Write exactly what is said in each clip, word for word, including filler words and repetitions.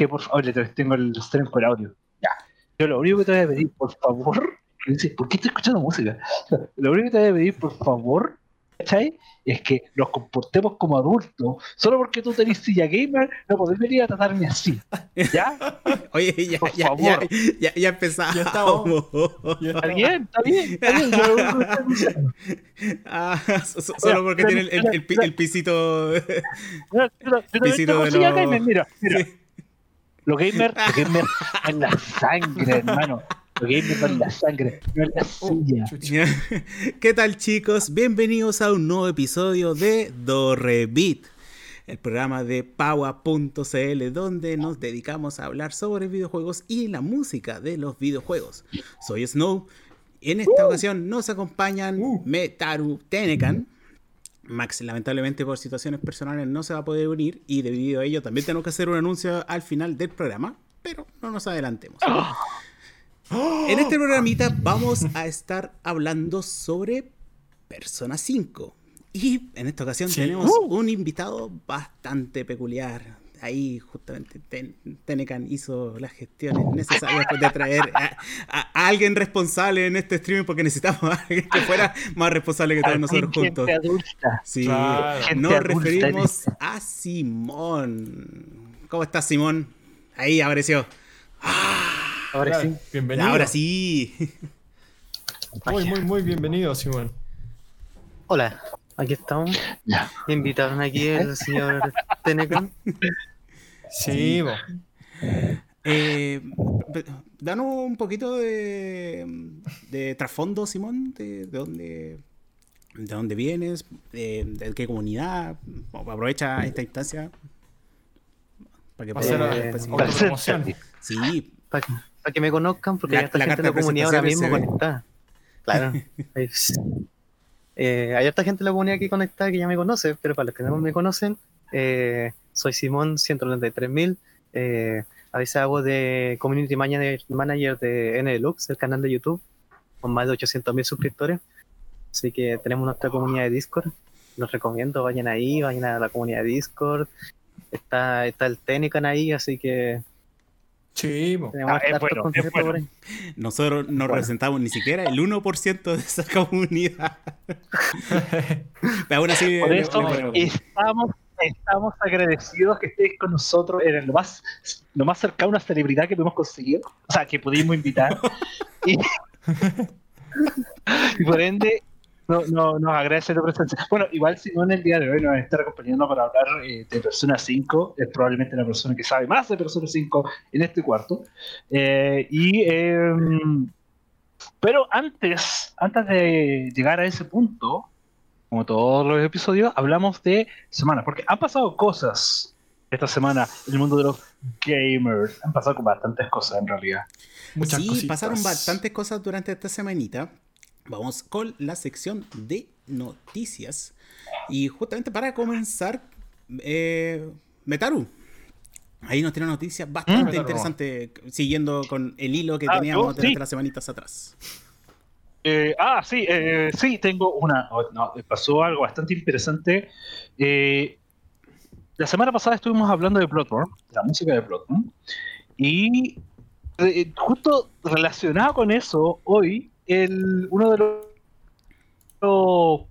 que por favor, le tengo el stream por audio. Ya. Yo lo único que te voy a pedir, por favor, que dices, ¿por qué estoy escuchando música? Lo único que te voy a pedir, por favor, ¿cachai? Es que nos comportemos como adultos. Solo porque tú tenés silla gamer, no podés venir a tratarme así. ¿Ya? Oye, ya, por ya, favor. ya, ya, ya empezamos. Ya estamos. Ya Está bien, está bien, está bien. Yo lo único que estoy diciendo. Ah, so- so- solo porque tiene el, el, el, pi- el pisito. Yo, yo, yo también Pisito tengo de silla los- gamer, mira, mira. Sí. Lo gamer, lo gamer en la sangre, hermano. Lo gamer va en la sangre, no en la silla. chucha. ¿Qué tal, chicos? Bienvenidos a un nuevo episodio de Dorrebit, el programa de Paua punto c l, donde nos dedicamos a hablar sobre videojuegos y la música de los videojuegos. Soy Snow. En esta Uh. ocasión nos acompañan Uh. Metaru Tenecan. Max, lamentablemente por situaciones personales no se va a poder unir y debido a ello también tenemos que hacer un anuncio al final del programa, pero no nos adelantemos. En este programita vamos a estar hablando sobre Persona cinco y en esta ocasión Sí. tenemos Uh. un invitado bastante peculiar. Ahí justamente Ten- Tenecan hizo las gestiones necesarias de traer a, a- a alguien responsable en este streaming porque necesitamos a alguien que fuera más responsable que todos nosotros Gente juntos. adulta. Sí, Claro. Gente nos adulta. referimos a Simón. ¿Cómo estás, Simón? Ahí apareció. Ahora sí. Bienvenido. Ahora sí. Muy, muy, muy bienvenido, Simón. Hola, aquí estamos. Ya. Me invitaron aquí el señor Tenecan. Sí, bo. Eh, pe- danos un poquito de, de trasfondo, Simón, de, de dónde de dónde vienes, de, de qué comunidad. Aprovecha esta instancia para que Va a ser puedas Eh, especificar. autopromoción. Sí, Para que me conozcan, porque La- hay harta la gente carta en la de comunidad ahora mismo presentaciones conectada. Claro. Es- eh, hay harta gente en la comunidad aquí conectada que ya me conoce, pero para los que no me conocen, eh, soy Simón ciento noventa y tres mil. Eh, a veces hago de Community Manager, manager de N Deluxe, el canal de YouTube, con más de ochocientos mil suscriptores. Así que tenemos nuestra comunidad de Discord. Los recomiendo, vayan ahí, vayan a la comunidad de Discord. Está, está el Tenecan ahí, así que Sí, bo. tenemos Ah, es hartos bueno, conceptos es bueno. por ahí. nosotros no representamos ni siquiera el uno por ciento de esa comunidad. Pero aún así, Por le- eso le- le- estamos, estamos agradecidos que estés con nosotros. Eres lo más, lo más cercano a una celebridad que hemos conseguido, o sea, que pudimos invitar. y, y por ende, no, no, nos agradece tu presencia. Bueno, igual Simón el día de hoy nos está acompañando para hablar eh, de Persona cinco. Es probablemente la persona que sabe más de Persona cinco en este cuarto. Eh, y... Eh, pero antes, antes de llegar a ese punto, como todos los episodios, hablamos de semanas, porque han pasado cosas esta semana en el mundo de los gamers. Han pasado con bastantes cosas en realidad. Muchas sí, cositas. pasaron bastantes cosas durante esta semanita. Vamos con la sección de noticias. Y justamente para comenzar, eh, Metaru. Ahí nos tiene una noticia bastante Metaru. interesante, siguiendo con el hilo que Ah, teníamos yo, durante sí. las semanitas atrás. Eh, ah, sí, eh, sí, tengo una. oh, no, pasó algo bastante interesante. Eh, la semana pasada estuvimos hablando de Bloodborne, de la música de Bloodborne, y eh, justo relacionado con eso, hoy, el, uno de los. los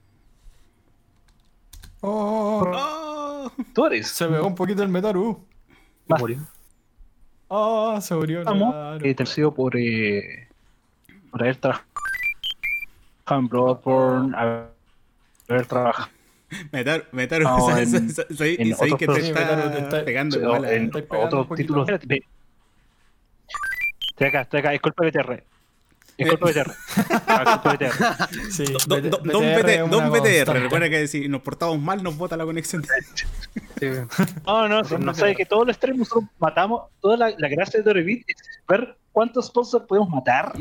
Oh, ¡Oh! actores se pegó un poquito el Metaru. Y murió. Oh, se murió. Estamos, Claro. eh, terciado por, eh, por haber trabajado en Bloodborne, haber trabajado Metaru, Metaru, No, sa- en- sa- sa- soy- en soy otros que te procesos. está, Metaru, te está- pegando en, igual a- Estoy pegando otros un poquito. títulos. Espérate, estoy acá, estoy acá, es culpa de B T R. Es culpa de B T R. Ah, es culpa de B T R. Sí, Do- do- B T- Don B T R B T- es Don una B T R, constante. recuerda que si nos portamos mal nos bota la conexión. Sí. No, no, sí, no sabes que todos los streams nosotros matamos, toda la, la gracia de Dorevit es ver cuántos sponsors podemos matar.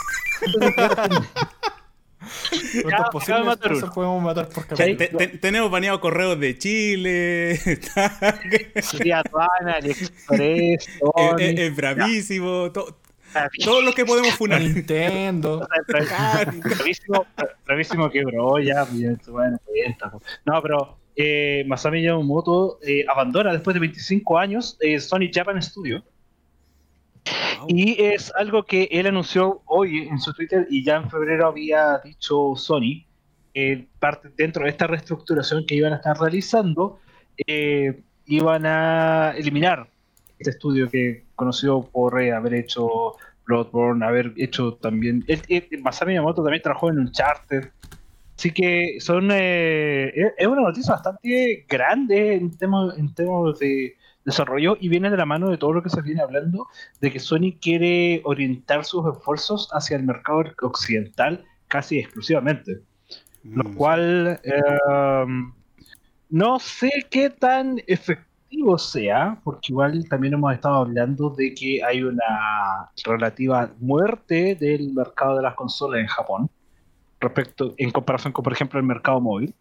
¿Cuántos Ya, posibles acaba de matar sponsors uno. podemos matar por Sí. capítulo? Te- te- tenemos baneado correos de Chile. Sería Aduana, AliExpress, es, Sony, es- es bravísimo. to- ah, todo lo que podemos funar. Nintendo. bravísimo, bravísimo quebró ya, bien, bueno, bien, tampoco. No, pero eh, Masami Yamamoto eh, abandona después de veinticinco años eh, Sony Japan Studio. Wow. Y es algo que él anunció hoy en su Twitter y ya en febrero había dicho Sony, eh, parte dentro de esta reestructuración que iban a estar realizando, eh, iban a eliminar este estudio que conoció por eh, haber hecho Bloodborne, haber hecho también... él- él- Masami Yamamoto también trabajó en Uncharted. Así que son eh, es es una noticia bastante grande en temas en temas de desarrollo y viene de la mano de todo lo que se viene hablando de que Sony quiere orientar sus esfuerzos hacia el mercado occidental casi exclusivamente, lo Mm, cual eh, no sé qué tan efectivo sea, porque igual también hemos estado hablando de que hay una relativa muerte del mercado de las consolas en Japón respecto en comparación con, por ejemplo, el mercado móvil.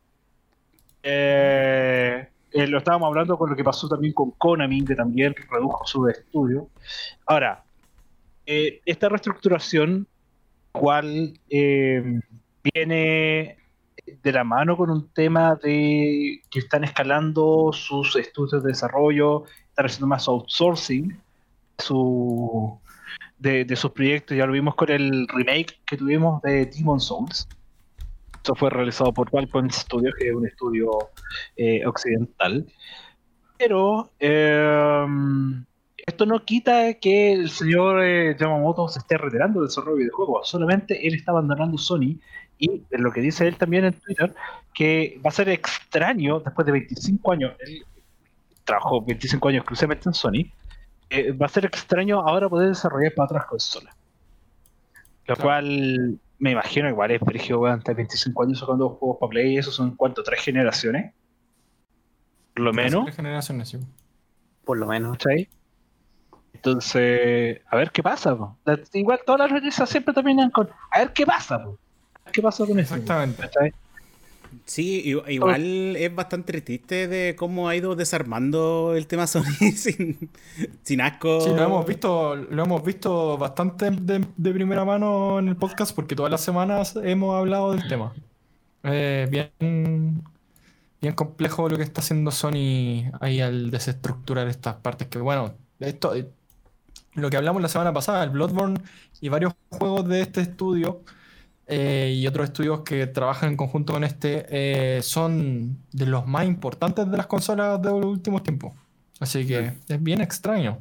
Eh, eh, lo estábamos hablando con lo que pasó también con Konami, que también redujo su estudio. Ahora, eh, esta reestructuración, cual eh, viene de la mano con un tema de que están escalando sus estudios de desarrollo, están haciendo más outsourcing su, de, de sus proyectos. Ya lo vimos con el remake que tuvimos de Demon's Souls. Eso fue realizado por Valpoint Studios, que es un estudio eh, occidental. Pero eh, esto no quita que el señor eh, Yamamoto se esté retirando del desarrollo de videojuegos. Solamente él está abandonando Sony. Y en lo que dice él también en Twitter, que va a ser extraño después de veinticinco años. Él trabajó veinticinco años exclusivamente en Sony. Eh, va a ser extraño ahora poder desarrollar para otras consolas. Lo Claro. cual me imagino igual es Sergio, weón, hasta veinticinco años sacando juegos para Play, eso son ¿cuánto? ¿Tres generaciones? Por lo Casi menos, tres generaciones, sí. Por lo menos. ¿cachai? Entonces, a ver qué pasa, po. La- Igual todas las noticias siempre terminan con a ver qué pasa, po. A ver qué pasa con esto, po, Exactamente. ¿cachai? Sí, i- igual es bastante triste de cómo ha ido desarmando el tema Sony sin, sin asco. Sí, lo hemos visto, lo hemos visto bastante de, de primera mano en el podcast porque todas las semanas hemos hablado del tema. Eh, bien, bien complejo lo que está haciendo Sony ahí al desestructurar estas partes. Que bueno, esto, eh, lo que hablamos la semana pasada, el Bloodborne y varios juegos de este estudio eh, y otros estudios que trabajan en conjunto con este eh, son de los más importantes de las consolas de los últimos tiempos. Así que es bien extraño.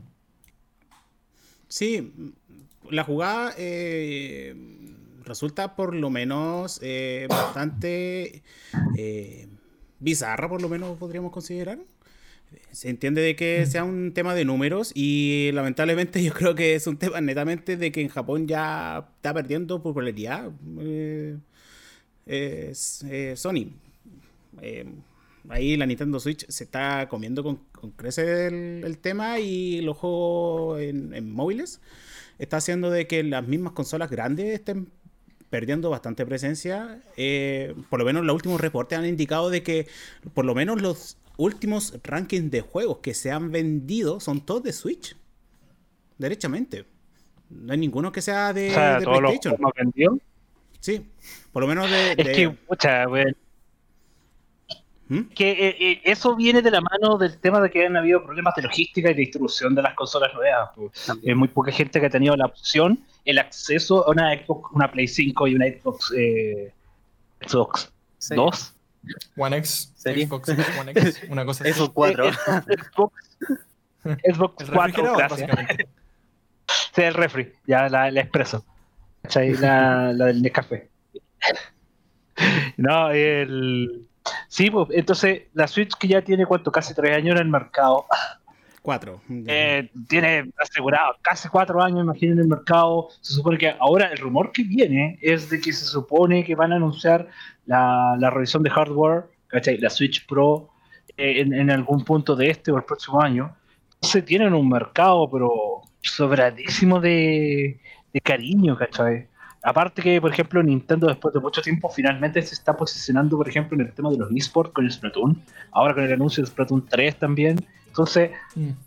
Sí, la jugada eh, resulta por lo menos eh, bastante eh, bizarra, por lo menos podríamos considerar. Se entiende de que sea un tema de números y lamentablemente yo creo que es un tema netamente de que en Japón ya está perdiendo popularidad eh, es, eh, Sony. Eh, ahí la Nintendo Switch se está comiendo con, con creces el, el tema y los juegos en, en móviles está haciendo de que las mismas consolas grandes estén perdiendo bastante presencia. Eh, por lo menos los últimos reportes han indicado de que por lo menos los últimos rankings de juegos que se han vendido son todos de Switch. Derechamente. No hay ninguno que sea de, O sea, de todos los PlayStation. juegos que vendió. Sí, por lo menos de... Es de- que, pucha, weón. ¿Mm? Que eh, eh, eso viene de la mano del tema de que han habido problemas de logística y de distribución de las consolas nuevas, pues. También. Hay muy poca gente que ha tenido la opción, el acceso a una Xbox, una Play cinco y una Xbox, eh, Xbox Sí. dos. One X, ¿Serie? Xbox One X, una cosa así. Eso cuatro. Eh, eh, Xbox, Xbox El cuatro, refrigerador, gracias. básicamente. Sí, el refri, ya la, la expreso. ¿Cachai? La, la del Nescafé. No, el... Sí, pues, entonces la Switch que ya tiene, ¿cuánto? Casi tres años en el mercado. Cuatro. Eh, tiene asegurado casi cuatro años, imaginen, en el mercado. Se supone que ahora el rumor que viene es de que se supone que van a anunciar la, la revisión de hardware, ¿cachai? La Switch Pro eh, en, en algún punto de este o el próximo año. Entonces tienen un mercado, pero sobradísimo de, de cariño, ¿cachai? Aparte que, por ejemplo, Nintendo después de mucho tiempo finalmente se está posicionando, por ejemplo, en el tema de los esports con el Splatoon. Ahora con el anuncio de Splatoon tres también. Entonces, Mm.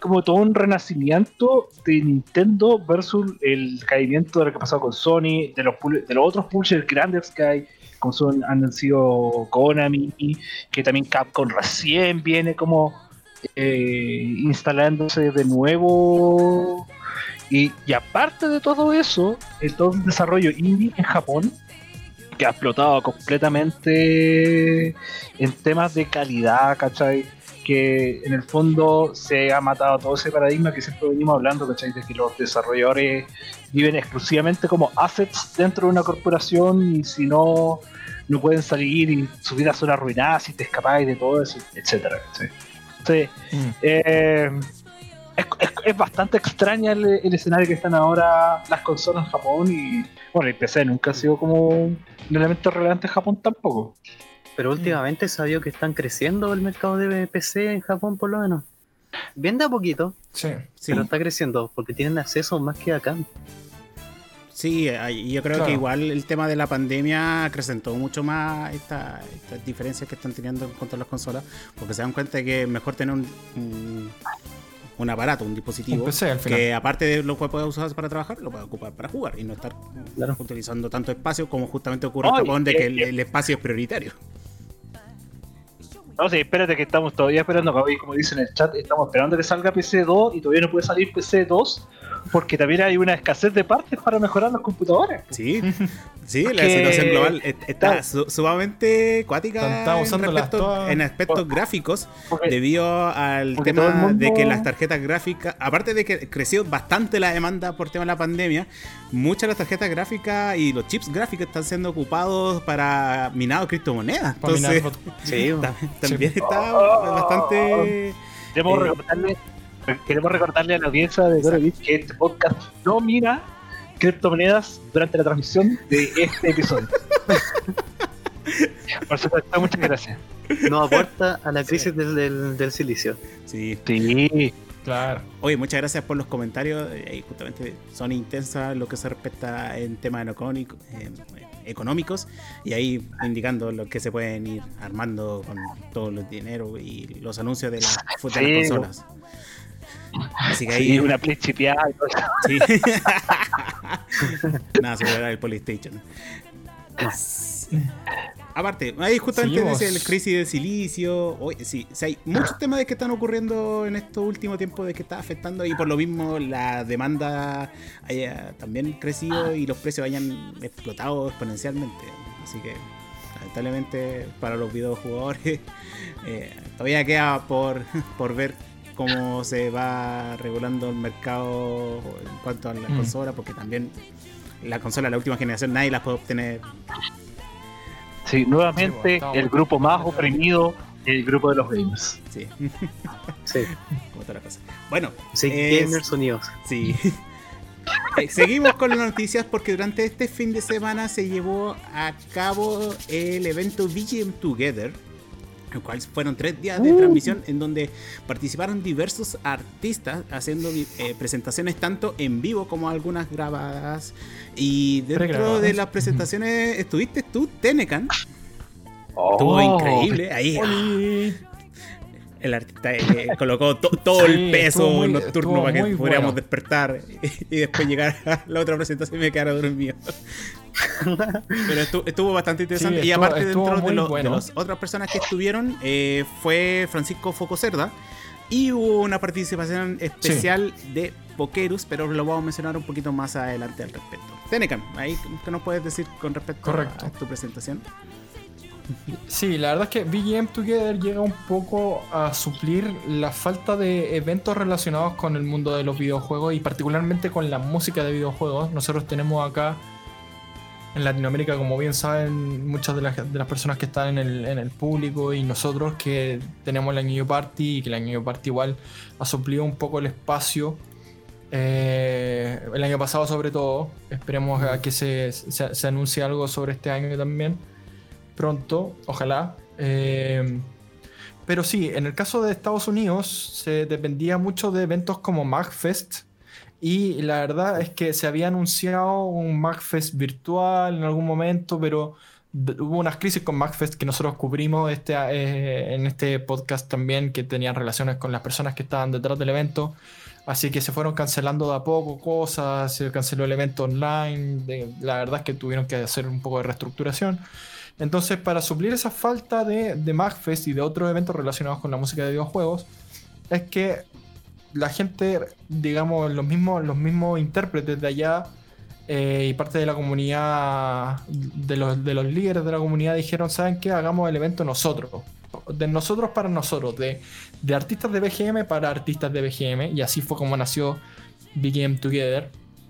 como todo un renacimiento de Nintendo versus el caimiento de lo que pasó con Sony, de los, de los otros publishers grandes que hay, como son, han sido Konami, que también Capcom recién viene como eh, instalándose de nuevo. Y, y aparte de todo eso, el todo el desarrollo indie en Japón, que ha explotado completamente en temas de calidad, ¿cachai? Que en el fondo se ha matado todo ese paradigma que siempre venimos hablando, ¿cachai? De que los desarrolladores viven exclusivamente como assets dentro de una corporación y si no, no pueden salir y sus vidas son arruinadas si te escapáis de todo eso, etcétera, ¿cachai? Entonces, mm. eh, es, es, es bastante extraña el, el escenario que están ahora las consolas en Japón y, bueno, el P C nunca ha sido como un elemento relevante en Japón tampoco. Pero últimamente sabido que están creciendo el mercado de P C en Japón, por lo menos. Bien de a poquito. Sí, sí. Pero está creciendo porque tienen acceso más que acá. Sí, yo creo claro. que igual el tema de la pandemia acrecentó mucho más esta, estas diferencias que están teniendo en cuanto a las consolas, porque se dan cuenta de que es mejor tener un, un, un aparato, un dispositivo, un P C, al final, que aparte de lo que puedes usar para trabajar, lo puedes ocupar para jugar y no estar claro. utilizando tanto espacio como justamente ocurre en Japón, de que el, el espacio es prioritario. No, sí, espérate que estamos todavía esperando, como dicen en el chat, estamos esperando que salga P C dos y todavía no puede salir P C dos porque también hay una escasez de partes para mejorar los computadores. Sí, sí, la situación global está su, sumamente cuática en, respecto, en aspectos por, gráficos porque, debido al tema mundo... de que las tarjetas gráficas, aparte de que creció bastante la demanda por tema de la pandemia, muchas de las tarjetas gráficas y los chips gráficos están siendo ocupados para minado de criptomonedas. Entonces, sí, también sí. está oh, bastante... Queremos, eh, recordarle, queremos recordarle a la audiencia de Gorevich que este podcast no mira criptomonedas durante la transmisión de este episodio. Por supuesto, muchas gracias. No aporta a la crisis sí. del, del, del silicio. Sí. Sí. Claro. Oye, muchas gracias por los comentarios. Eh, justamente son intensas lo que se respecta en temas económicos, eh, económicos y ahí indicando lo que se pueden ir armando con todos los dineros y los anuncios de, la, de sí. las consolas. Así que ahí sí, una Play chipeada y todo eso. Sí. Nada, superar el PlayStation. Aparte, ahí justamente dice el crisis de silicio. Oye, sí, o sea, hay muchos temas de que están ocurriendo en estos últimos tiempos de que está afectando y por lo mismo la demanda haya también crecido y los precios hayan explotado exponencialmente. Así que, lamentablemente, para los videojugadores eh, todavía queda por, por ver cómo se va regulando el mercado en cuanto a las mm. consolas, porque también la consola de la última generación nadie las puede obtener. Sí, nuevamente sí, el grupo más oprimido, el grupo de los gamers. Sí. Sí. Como toda la cosa. Bueno, sí, es... gamers unidos. Sí. eh, seguimos con las noticias porque durante este fin de semana se llevó a cabo el evento V G M Together, el cual fueron tres días de uh. transmisión en donde participaron diversos artistas haciendo eh, presentaciones tanto en vivo como algunas grabadas. Y dentro de las presentaciones estuviste tú, Tenecan. Oh. Estuvo increíble. Ahí oh. el artista eh, colocó to, todo sí, el peso muy, nocturno para que pudiéramos bueno. despertar y después llegar a la otra presentación y me quedara dormido. Pero estuvo, estuvo bastante interesante. Sí, estuvo, y aparte dentro de, lo, bueno. de las otras personas que estuvieron eh, fue Francisco Fococerda y hubo una participación especial sí. de Pokerus, pero lo vamos a mencionar un poquito más adelante al respecto. Tenecan, ahí ¿qué nos puedes decir con respecto Correcto. a tu presentación? Sí, la verdad es que V G M Together llega un poco a suplir la falta de eventos relacionados con el mundo de los videojuegos y particularmente con la música de videojuegos. Nosotros tenemos acá en Latinoamérica, como bien saben muchas de las, de las personas que están en el, en el público y nosotros que tenemos la New Party y que la New Party igual ha suplido un poco el espacio eh, el año pasado sobre todo. Esperemos a que se, se, se anuncie algo sobre este año también pronto, ojalá. Eh, pero sí, en el caso de Estados Unidos se dependía mucho de eventos como MagFest y la verdad es que se había anunciado un MagFest virtual en algún momento, pero d- hubo unas crisis con MagFest que nosotros cubrimos este, eh, en este podcast también, que tenían relaciones con las personas que estaban detrás del evento. Así que se fueron cancelando de a poco cosas, se canceló el evento online, de- la verdad es que tuvieron que hacer un poco de reestructuración. Entonces, para suplir esa falta de, de MagFest y de otros eventos relacionados con la música de videojuegos, es que la gente, digamos, los mismos, los mismos intérpretes de allá eh, y parte de la comunidad, de los, de los líderes de la comunidad dijeron, ¿saben qué? Hagamos el evento nosotros. De nosotros para nosotros, de, de artistas de B G M para artistas de B G M, y así fue como nació B G M Together,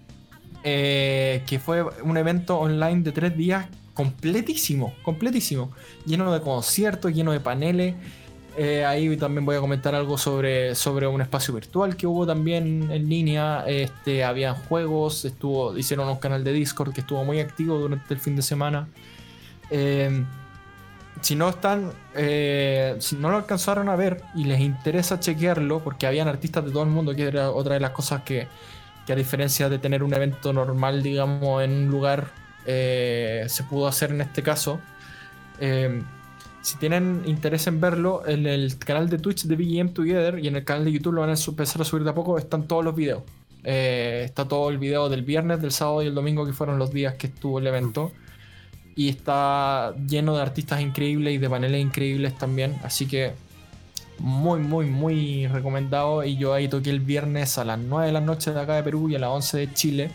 eh, que fue un evento online de tres días completísimo, completísimo, lleno de conciertos, lleno de paneles. Eh, ahí también voy a comentar algo sobre, sobre un espacio virtual que hubo también en línea. Este, habían juegos, estuvo, hicieron un canal de Discord que estuvo muy activo durante el fin de semana. Eh, si no están, eh, si no lo alcanzaron a ver y les interesa chequearlo, porque habían artistas de todo el mundo, que era otra de las cosas que, que a diferencia de tener un evento normal, digamos, en un lugar, eh, se pudo hacer en este caso. Eh, Si tienen interés en verlo, en el canal de Twitch de B G M Together y en el canal de YouTube lo van a empezar a subir de a poco, están todos los videos. Eh, está todo el video del viernes, del sábado y el domingo, que fueron los días que estuvo el evento. Y está lleno de artistas increíbles y de paneles increíbles también. Así que muy, muy, muy recomendado. Y yo ahí toqué el viernes a las nueve de la noche de acá de Perú y a las once de Chile.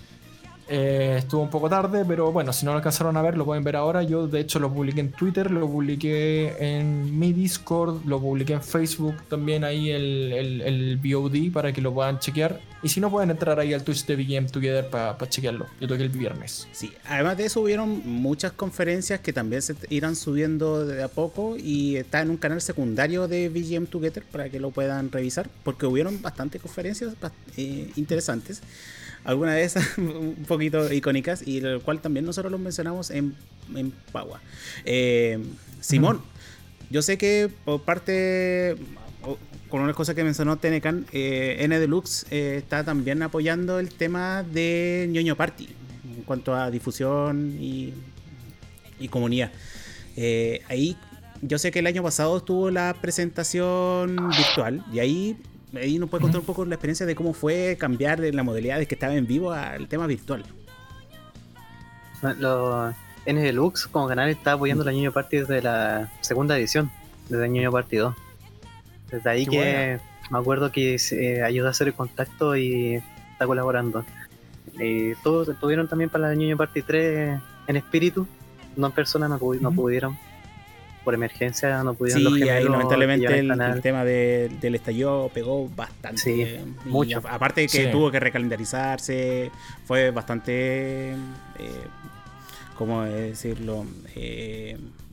Eh, estuvo un poco tarde, pero bueno, si no lo alcanzaron a ver, lo pueden ver ahora. Yo de hecho lo publiqué en Twitter, lo publiqué en mi Discord, lo publiqué en Facebook también, ahí el, el, el V O D para que lo puedan chequear. Y si no, pueden entrar ahí al Twitch de B G M Together para pa chequearlo. Yo toqué el viernes. Sí, además de eso hubieron muchas conferencias que también se irán subiendo de a poco y está en un canal secundario de B G M Together para que lo puedan revisar, porque hubieron bastantes conferencias eh, interesantes. Algunas de esas un poquito icónicas, y el cual también nosotros lo mencionamos en, en Pagua. Eh, Simón, mm. yo sé que por parte, con una cosa que mencionó Tenecan, eh, N Deluxe eh, está también apoyando el tema de Ñoño Party en cuanto a difusión y, y comunidad. Eh, ahí yo sé que el año pasado estuvo la presentación virtual y ahí Ahí nos puede contar un poco la experiencia de cómo fue cambiar de la modalidad de que estaba en vivo al tema virtual. Los N Deluxe como canal está apoyando la Ñoño Party desde la segunda edición, desde Ñoño Party dos. Desde ahí Qué que buena. Me acuerdo que eh, ayudó a hacer el contacto y está colaborando. Y todos estuvieron también para la Ñoño Party tres en espíritu, no en persona, no, pudi- no pudieron. Por emergencia no pudieron. Sí, los ahí lamentablemente el, el, el tema de, del estallido pegó bastante. Sí, eh, mucho. A, aparte de que sí. tuvo que recalendarizarse, fue bastante, eh, ¿cómo decirlo? Eh,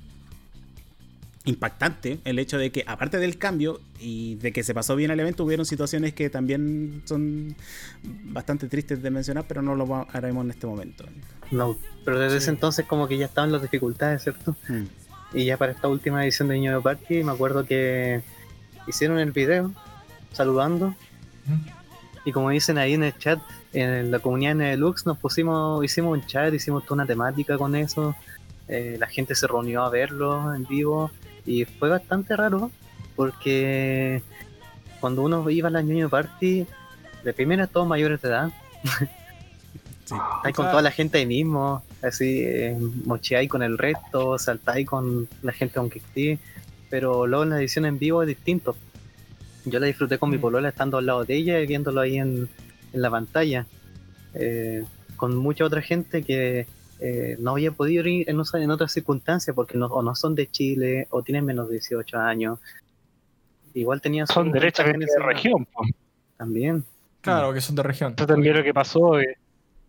impactante el hecho de que, aparte del cambio y de que se pasó bien el evento, hubieron situaciones que también son bastante tristes de mencionar, pero no lo haremos en este momento. No, pero desde sí. ese entonces como que ya estaban las dificultades, ¿cierto? Hmm. Y ya para esta última edición de Ñoño Party me acuerdo que hicieron el video saludando ¿Mm? Y como dicen ahí en el chat, en la comunidad de Deluxe nos pusimos, hicimos un chat, hicimos toda una temática con eso, eh, la gente se reunió a verlo en vivo y fue bastante raro porque cuando uno iba a la Ñoño Party, de primera todos mayores de edad. Sí. Ahí con toda la gente ahí mismo, así eh, mocheáis con el resto, saltáis con la gente con que esté, pero luego en la edición en vivo es distinto. Yo la disfruté con mm. mi polola estando al lado de ella y viéndolo ahí en, en la pantalla, eh, con mucha otra gente que eh, no había podido ir en, en otras circunstancias porque no, o no son de Chile o tienen menos de dieciocho años. Igual tenían son derechamente de región, po. También. Claro, que son de región. Eso también lo que pasó. Eh.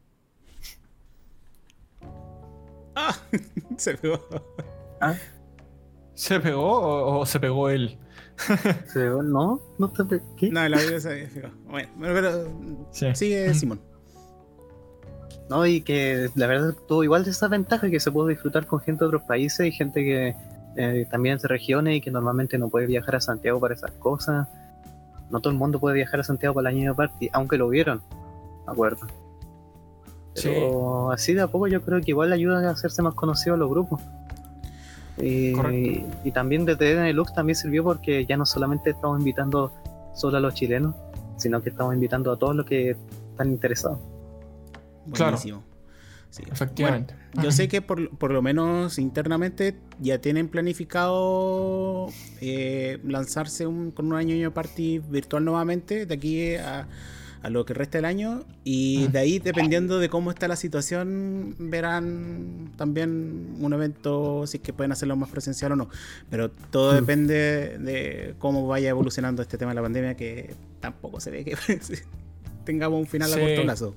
Ah, se pegó. ¿Ah? ¿Se pegó o, o se pegó él? ¿Se pegó? No, no te pe- ¿Qué? No, la vida se pegó. Bueno, pero sí. Sigue Simón. No, y que la verdad tuvo igual de esa ventaja que se pudo disfrutar con gente de otros países y gente que eh, también es de regiones y que normalmente no puede viajar a Santiago para esas cosas. No todo el mundo puede viajar a Santiago para la Ñoño Party, aunque lo vieron, me acuerdo. Pero así de a poco yo creo que igual ayuda a hacerse más conocidos los grupos. Y, y también desde Eden Deluxe también sirvió porque ya no solamente estamos invitando solo a los chilenos, sino que estamos invitando a todos los que están interesados. Buenísimo. Claro. Sí. Efectivamente. Bueno, yo sé que por, por lo menos internamente ya tienen planificado eh, lanzarse un, con una ñoño party virtual nuevamente de aquí a, a lo que resta del año, y de ahí, dependiendo de cómo está la situación, verán también un evento, si es que pueden hacerlo más presencial o no, pero todo depende de cómo vaya evolucionando este tema de la pandemia, que tampoco se ve que tengamos un final Sí. a corto plazo.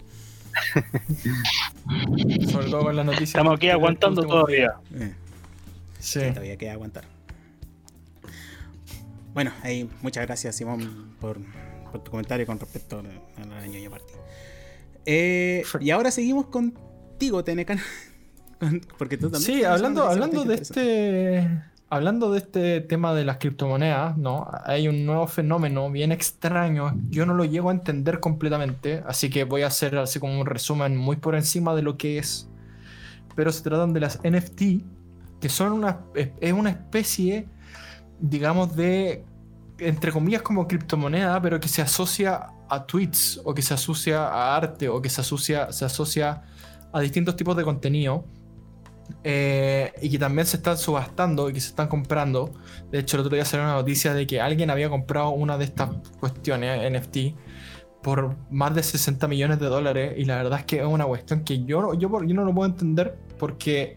Sobre todo con las noticias. Estamos aquí aguantando todavía. Eh. Sí. Sí, todavía queda aguantar. Bueno, ahí muchas gracias, Simón, por, por tu comentario con respecto a la ñoño party. Eh, y ahora seguimos contigo, Tenecan. Porque tú también. Sí, hablando, hablando de este. Hablando de este tema de las criptomonedas, ¿no? Hay un nuevo fenómeno bien extraño. Yo no lo llego a entender completamente, así que voy a hacer así como un resumen muy por encima de lo que es. Pero se tratan de las N F T, que son una, es una especie, digamos, de, entre comillas, como criptomoneda, pero que se asocia a tweets, o que se asocia a arte, o que se asocia, se asocia a distintos tipos de contenido. Eh, y que también se están subastando y que se están comprando. De hecho, el otro día salió una noticia de que alguien había comprado una de estas cuestiones N F T por más de sesenta millones de dólares, y la verdad es que es una cuestión que yo, yo, yo no lo puedo entender, porque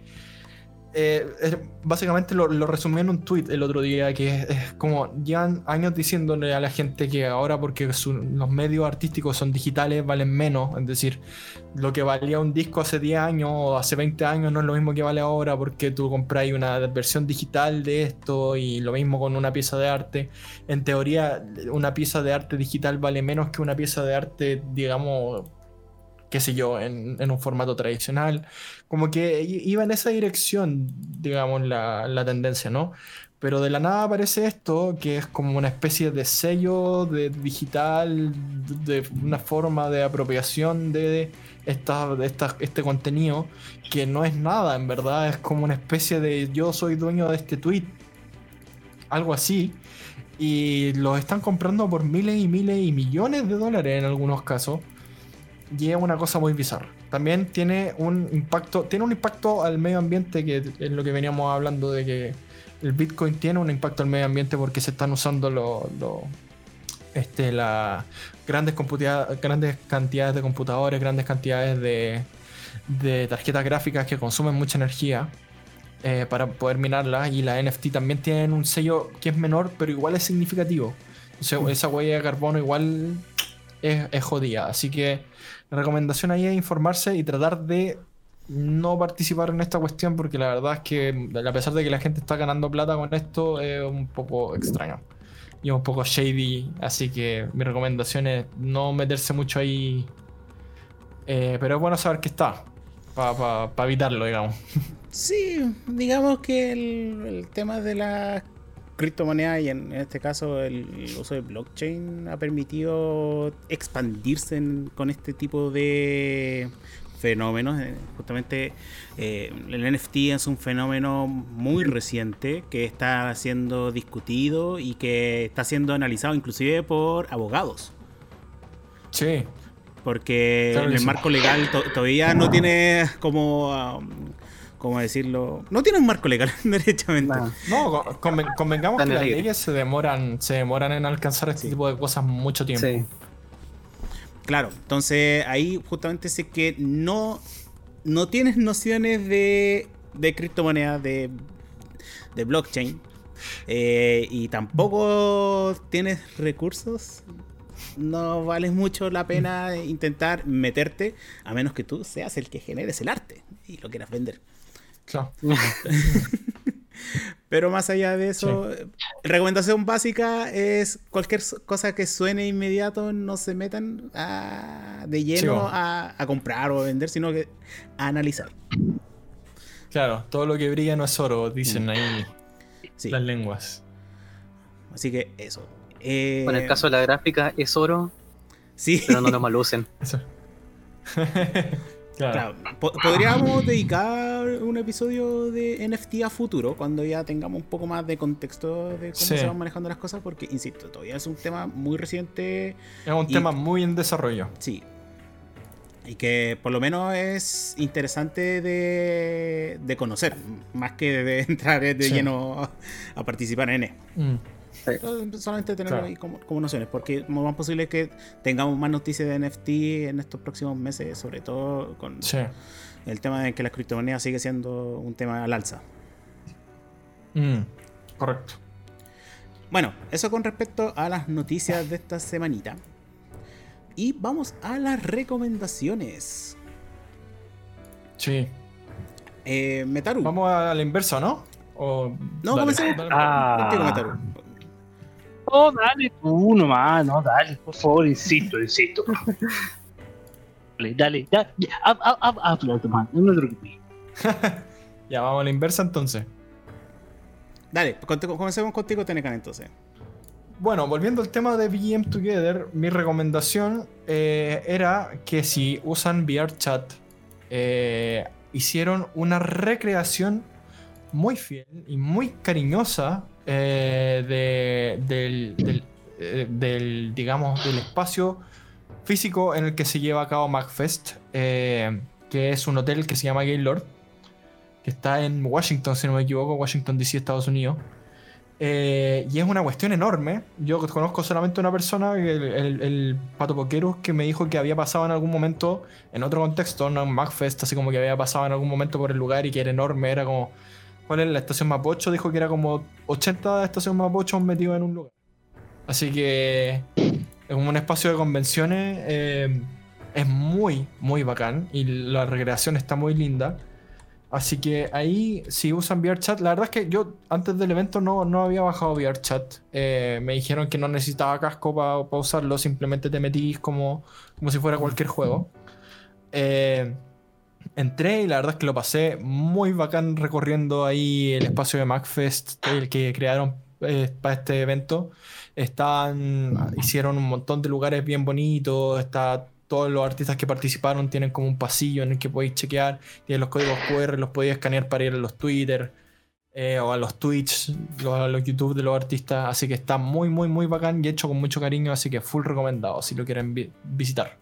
eh, es, básicamente lo, lo resumí en un tweet el otro día, que es, es como llevan años diciéndole a la gente que ahora, porque su, los medios artísticos son digitales, valen menos. Es decir, lo que valía un disco hace diez años o hace veinte años no es lo mismo que vale ahora, porque tú compras una versión digital de esto, y lo mismo con una pieza de arte. En teoría, una pieza de arte digital vale menos que una pieza de arte, digamos, qué sé yo, en, en un formato tradicional. Como que iba en esa dirección, digamos, la, la tendencia, ¿no? Pero de la nada aparece esto, que es como una especie de sello de digital, de una forma de apropiación de, esta, de esta, este contenido, que no es nada, en verdad. Es como una especie de yo soy dueño de este tweet, algo así. Y los están comprando por miles y miles y millones de dólares en algunos casos. Y es una cosa muy bizarra. También tiene un impacto, tiene un impacto al medio ambiente, que es lo que veníamos hablando, de que el Bitcoin tiene un impacto al medio ambiente porque se están usando los lo, este, la, grandes, grandes cantidades de computadores, grandes cantidades de, de tarjetas gráficas que consumen mucha energía eh, para poder minarlas. Y la N F T también tienen un sello que es menor, pero igual es significativo. O sea, esa huella de carbono igual es, es jodida. Así que la recomendación ahí es informarse y tratar de no participar en esta cuestión, porque la verdad es que, a pesar de que la gente está ganando plata con esto, es un poco extraño y un poco shady. Así que mi recomendación es no meterse mucho ahí, eh, pero es bueno saber que está, para pa, pa evitarlo, digamos. Sí, digamos que el, el tema de la criptomoneda, y en, en este caso el, el uso de blockchain, ha permitido expandirse en, con este tipo de fenómenos. Justamente eh, el N F T es un fenómeno muy reciente que está siendo discutido y que está siendo analizado inclusive por abogados. Sí. Porque claro el sí. marco legal to- todavía no tiene como... Um, ¿cómo decirlo? No tiene un marco legal, derechamente. Nah. No, conven, convengamos Tan que las alegre. leyes se demoran, se demoran en alcanzar este Sí. tipo de cosas mucho tiempo. Sí. Claro, entonces ahí justamente sé que no, no tienes nociones de, de criptomonedas, de, de blockchain, eh, y tampoco tienes recursos. No vale mucho la pena intentar meterte, a menos que tú seas el que generes el arte y lo quieras vender. Claro. Pero más allá de eso, sí. Recomendación básica es cualquier cosa que suene inmediato, no se metan a, de lleno sí, bueno. a, a comprar o a vender, sino que a analizar. Claro, todo lo que brilla no es oro, dicen mm. ahí sí. las lenguas. Así que eso. Eh, Bueno, en el caso de la gráfica es oro, sí. pero no lo malucen. Claro, po- podríamos dedicar un episodio de N F T a futuro, cuando ya tengamos un poco más de contexto de cómo Sí. se van manejando las cosas, porque, insisto, todavía es un tema muy reciente, Es un Y- tema muy en desarrollo. sí. Y que por lo menos es interesante de, de conocer, más que de entrar de Sí. lleno a, a participar en él. Mm. Entonces, solamente tenerlo Claro. ahí como, como nociones, porque es más posible que tengamos más noticias de N F T en estos próximos meses, sobre todo con Sí. el tema de que las criptomonedas sigue siendo un tema al alza. Mm. Correcto. Bueno, eso con respecto a las noticias de esta semanita. Y vamos a las recomendaciones. Sí. Eh, Metaru. Vamos a la inversa, ¿no? O... No, dale, comencemos. dale. Ah. Contigo, Metaru. No, dale tú nomás, no, dale, por favor, insisto, insisto. por favor. Dale, dale, dale, hab- hab- hab- habla, Tomás, no me preocupes. Ya, vamos a la inversa entonces. Dale, contigo- comencemos contigo, Tenecan, entonces. Bueno, volviendo al tema de V M Together, mi recomendación eh, era que si usan VRChat, eh, hicieron una recreación muy fiel y muy cariñosa eh, de- del, del, eh, del, digamos, del espacio físico en el que se lleva a cabo MagFest, eh, que es un hotel que se llama Gaylord, que está en Washington, si no me equivoco, Washington D C, Estados Unidos. Eh, y es una cuestión enorme. Yo conozco solamente una persona, el, el, el Pato Poqueros, que me dijo que había pasado en algún momento, en otro contexto, no en MagFest, así como que había pasado en algún momento por el lugar y que era enorme, era como... ¿Cuál es la estación Mapocho? Dijo que era como ochenta estaciones Mapocho metidos en un lugar. Así que es un espacio de convenciones, eh, es muy, muy bacán y la recreación está muy linda. Así que ahí, si usan VRChat, la verdad es que yo antes del evento no, no había bajado VRChat. Eh, me dijeron que no necesitaba casco para usarlo, simplemente te metís como, como si fuera cualquier juego. Eh, entré y la verdad es que lo pasé muy bacán recorriendo ahí el espacio de MagFest, el que crearon eh, para este evento. Están, hicieron un montón de lugares bien bonitos, está... Todos los artistas que participaron tienen como un pasillo en el que podéis chequear, tienen los códigos cu erre, los podéis escanear para ir a los Twitter eh, o a los Twitch, los, a los YouTube de los artistas, así que está muy muy muy bacán y hecho con mucho cariño, así que full recomendado si lo quieren vi visitar.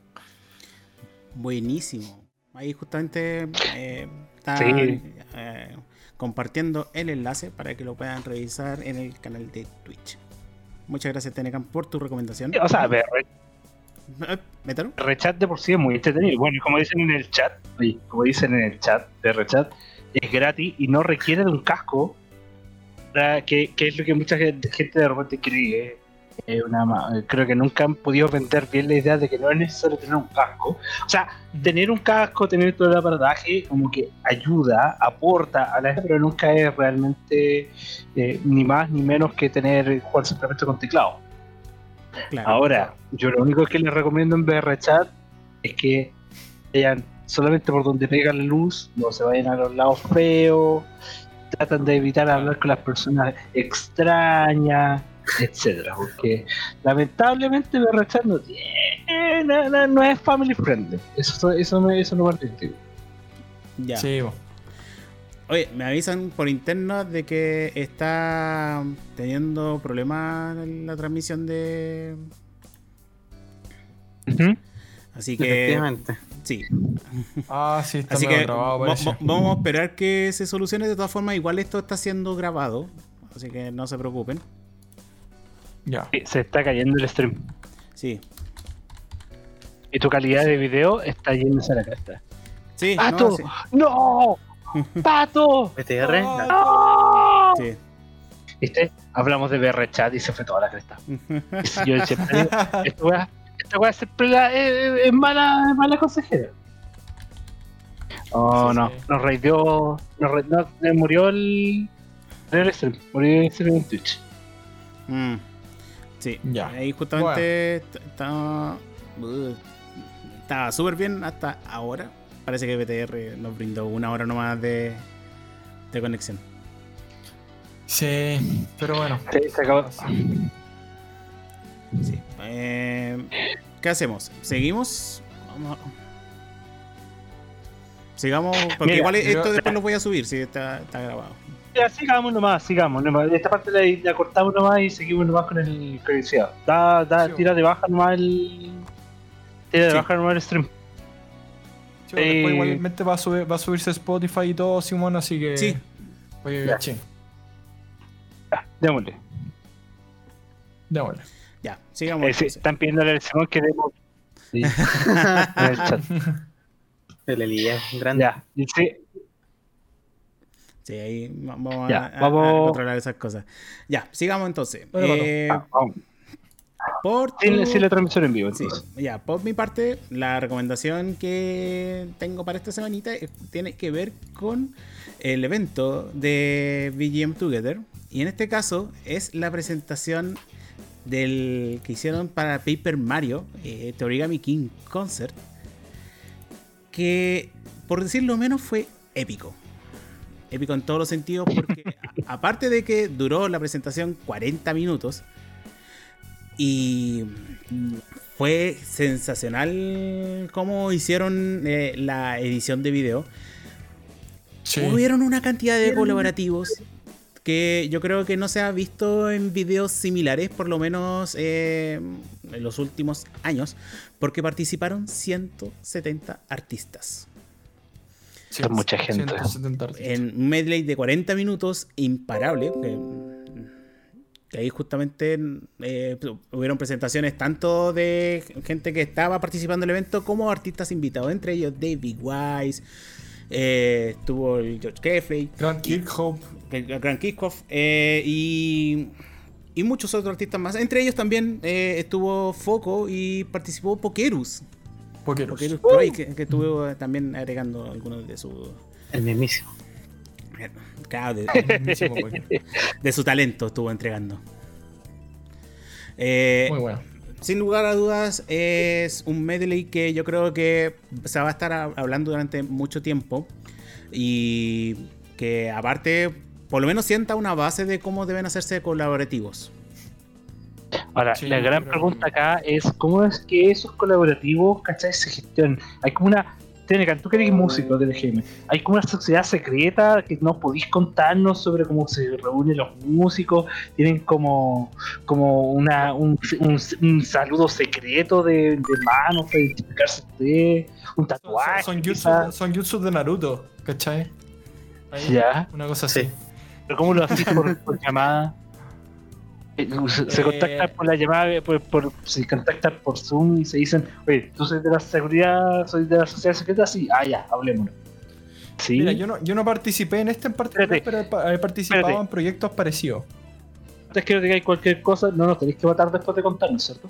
Buenísimo. Ahí justamente eh, está Sí. eh, compartiendo el enlace para que lo puedan revisar en el canal de Twitch. Muchas gracias, Tenecan, por tu recomendación. O sea, ver, Eh, Métalo. Rechat de por sí es muy entretenido. Bueno, como dicen en el chat, oye, como dicen en el chat de Rechat, es gratis y no requiere de un casco, para que, que es lo que mucha gente, gente de repente cree. Eh, una, ma- creo que nunca han podido vender bien la idea de que no es necesario tener un casco. O sea, tener un casco, tener todo el aparataje, como que ayuda, aporta a la pero nunca es realmente eh, ni más ni menos que tener jugar simplemente con teclado. Claro. Ahora, yo lo único que les recomiendo en VRChat es que vayan solamente por donde pega la luz, no se vayan a los lados feos, tratan de evitar hablar con las personas extrañas, etcétera, porque lamentablemente VRChat no tiene, no, no, no es family friendly, eso, eso, no, eso no parte contigo. Ya. Sí, bo. Oye, me avisan por interno de que está teniendo problemas en la transmisión de. Así que. Efectivamente. Sí. Ah, sí, está Así medio que grabado, va- parece. va- vamos a esperar que se solucione. De todas formas, igual esto está siendo grabado. Así que no se preocupen. Ya. Sí, se está cayendo el stream Sí. y tu calidad de video está yéndose a la cresta. Sí, ¡Pato! no, sí. ¡No! ¡Pato! B T R, Ah. la- ¡No! Sí. ¿Viste? Hablamos de VRChat y se fue toda la cresta. Yo siempre digo, esta weá, esta weá siempre la- es, es mala, es mala consejera. Oh, Sí, no, sí. nos raideó, nos ra- no, le murió el, el stream, murió el stream en Twitch. Mm. Sí. Ya. Ahí justamente est- está. uh, Estaba súper bien hasta ahora. Parece que B T R nos brindó una hora nomás de, de conexión. Sí, pero bueno. Sí, se acabó. Sí. Eh, ¿Qué hacemos? ¿Seguimos? Vamos sigamos, porque Mira, igual esto yo- después lo voy a subir, si está, está grabado. Ya, sigamos nomás, sigamos nomás. Esta parte la, la cortamos nomás y seguimos nomás con el credicidad. Da, da, Sí. tira de baja nomás el. Tira de Sí. baja nomás el stream. Sí, después Eh, igualmente va a, subir, va a subirse Spotify y todo, Simón, así que. Sí. Oye, Ya. gaché. Ya, démosle. Démosle. Ya, sigamos. Eh, sí, entonces. están pidiendo al Simón que demos. Sí. En el chat. El Elías, grande. Ya, dice. Sí, ahí va- vamos, Ya, a, a- vamos- a controlar esas cosas. Ya, sigamos entonces. Bueno, Eh, Ah, vamos. por tu- Sin, sin la transmisión en vivo, Sí, entonces. ya, por mi parte, la recomendación que tengo para esta semanita eh, tiene que ver con el evento de B G M Together. Y en este caso es la presentación del que hicieron para Paper Mario, eh, The Origami King Concert. Que, por decirlo menos, fue épico. Épico en todos los sentidos, porque a- aparte de que duró la presentación cuarenta minutos, y fue sensacional cómo hicieron eh, la edición de video. Sí. Hubieron una cantidad de colaborativos que yo creo que no se ha visto en videos similares, por lo menos eh, en los últimos años, porque participaron ciento setenta artistas. Sí, Es mucha gente. ciento setenta artistas. En un medley de cuarenta minutos, imparable. Que, que ahí justamente eh, hubieron presentaciones tanto de gente que estaba participando en el evento como artistas invitados, entre ellos David Wise, eh, estuvo el George Kefley, Grant Kirkhope. el Gran Kickoff eh, y, y muchos otros artistas más. Entre ellos también eh, estuvo Foco y participó Pokerus. Pokeros. Pokerus Troy, que, que estuvo eh, también agregando algunos de sus. El mismísimo. Claro, de, Mismísimo Pokero. de su talento estuvo entregando. Eh, Muy bueno. sin lugar a dudas, es un medley que yo creo que se va a estar a- hablando durante mucho tiempo. Y que aparte, por lo menos sienta una base de cómo deben hacerse colaborativos. Ahora, Sí, la gran pero- pregunta acá es cómo es que esos colaborativos, ¿cachai? Se gestionan. Hay como una... Tenecan, tú que eres músico del G M, hay como una sociedad secreta que no podéis contarnos sobre cómo se reúnen los músicos, tienen como, como una, un, un, un saludo secreto de, de manos para identificarse ustedes, un Son, tatuaje. son, quizás. jutsu, son jutsu de Naruto, ¿cachai? Ahí, Ya. Una cosa así. Sí. Pero ¿cómo lo hacís por, por llamada? Eh, Se, se Eh, contactan por la llamada, por, por, se contactan por Zoom y se dicen, oye, tú soy de la seguridad, soy de la sociedad secreta, sí, ah, ya, hablemos. Sí, Mira, yo no, yo no participé en este en particular, Espérate. pero he pa- he participado Espérate. en proyectos parecidos. antes que digáis cualquier cosa, no nos tenéis que matar después de contarnos, ¿cierto?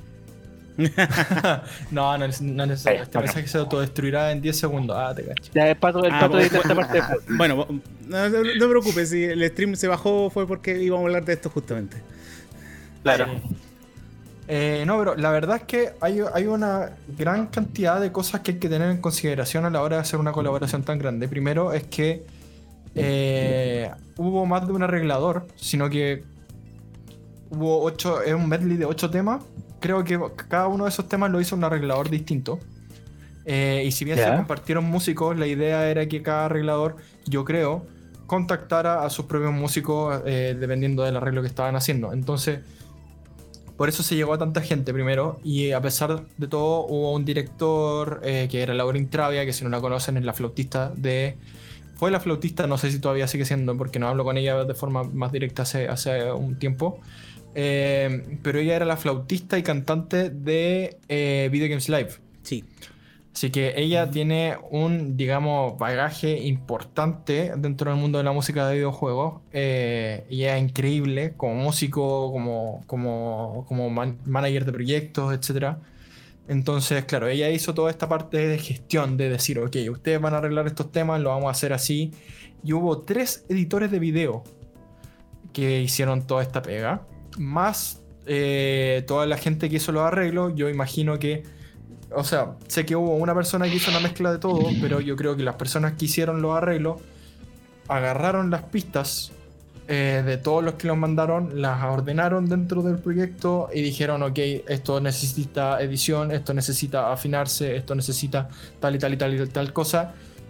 no, no, es- no es necesario. Ahí, Este ok. mensaje se autodestruirá en diez segundos. Ah, te cacho. Ya, el pato, el Ah, pato bueno, edita esta parte. bueno, no, no, no te preocupes, si el stream se bajó fue porque íbamos a hablar de esto justamente. Claro. Eh, no, pero la verdad es que hay, hay una gran cantidad de cosas que hay que tener en consideración a la hora de hacer una colaboración tan grande. Primero es que eh, hubo más de un arreglador, sino que hubo ocho, es un medley de ocho temas. Creo que cada uno de esos temas lo hizo un arreglador distinto. Eh, y si bien Ya. se compartieron músicos, la idea era que cada arreglador, yo creo, contactara a sus propios músicos eh, dependiendo del arreglo que estaban haciendo. Entonces, por eso se llegó a tanta gente primero. Y a pesar de todo, hubo un director eh, que era Lauren Travia, que si no la conocen es la flautista de... Fue la flautista, no sé si todavía sigue siendo, porque no hablo con ella de forma más directa hace, hace un tiempo. Eh, pero ella era la flautista y cantante de eh, Video Games Live. Sí. Así que ella tiene un, digamos, bagaje importante dentro del mundo de la música de videojuegos. Eh, y es increíble como músico, como, como, como man- manager de proyectos, etcétera. Entonces, claro, ella hizo toda esta parte de gestión, de decir, ok, ustedes van a arreglar estos temas, lo vamos a hacer así. Y hubo tres editores de video que hicieron toda esta pega. Más eh, toda la gente que hizo los arreglos, yo imagino que... O sea, sé que hubo una persona que hizo una mezcla de todo, pero yo creo que las personas que hicieron los arreglos agarraron las pistas eh, de todos los que los mandaron, las ordenaron dentro del proyecto y dijeron, ok, esto necesita edición, esto necesita afinarse, esto necesita tal y tal y tal y tal cosa.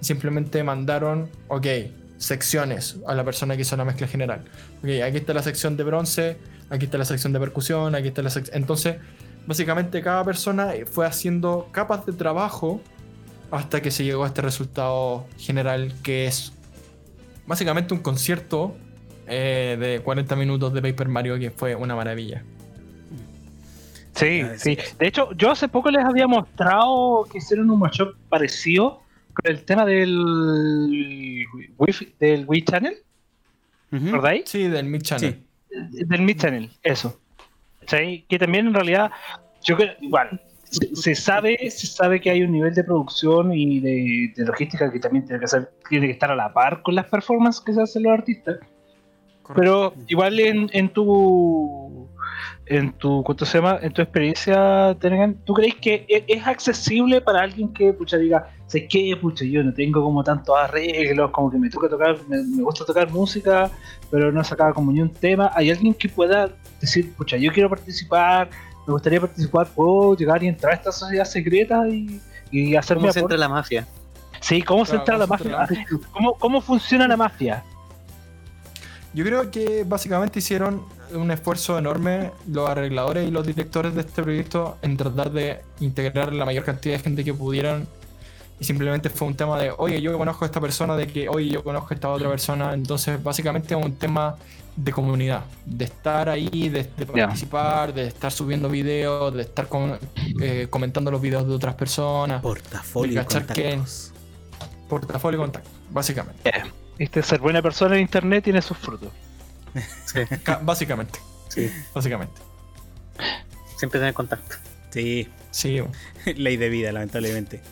Simplemente mandaron, ok, secciones a la persona que hizo la mezcla general. Ok, aquí está la sección de bronce, aquí está la sección de percusión, aquí está la sección... Entonces, básicamente cada persona fue haciendo capas de trabajo hasta que se llegó a este resultado general, que es básicamente un concierto eh, de cuarenta minutos de Paper Mario, que fue una maravilla. Sí, sí. De hecho, yo hace poco les había mostrado que hicieron un mashup parecido con el tema del Wii, del Wii Channel, Ujú. ¿verdad? Sí, del Mid Channel. Sí. Del Mid Channel, eso. ¿Sí? Que también en realidad, yo creo, igual, se, se sabe, se sabe que hay un nivel de producción y de, de logística que también tiene que, ser, tiene que estar a la par con las performances que se hacen los artistas. Pero igual en, en tu en tu ¿cuánto se llama? En tu experiencia, Tenegan, ¿tú crees que es, es accesible para alguien que pucha diga, sé que pucha yo no tengo como tantos arreglos, como que me toca tocar, me, me gusta tocar música, pero no sacaba como ni un tema? ¿Hay alguien que pueda decir, pucha, yo quiero participar, me gustaría participar, puedo llegar y entrar a esta sociedad secreta y, y hacerme ¿Cómo se aporte? entra la mafia? Sí, ¿cómo se Claro, entra a la ¿cómo se mafia? entra la ¿Cómo, ¿Cómo funciona la mafia? Yo creo que básicamente hicieron un esfuerzo enorme los arregladores y los directores de este proyecto en tratar de integrar la mayor cantidad de gente que pudieran, y simplemente fue un tema de, oye, yo conozco a esta persona, de que, oye, yo conozco a esta otra persona. Entonces básicamente es un tema de comunidad, de estar ahí, de, de participar, de estar subiendo videos, de estar con, eh, comentando los videos de otras personas, Portafolio y de cachar que- contactos. portafolio y contacto, básicamente. Este, ser buena persona en internet tiene sus frutos. Sí, Ca- básicamente, sí. básicamente. Siempre tener contacto. Sí, Sí. ley de vida, lamentablemente.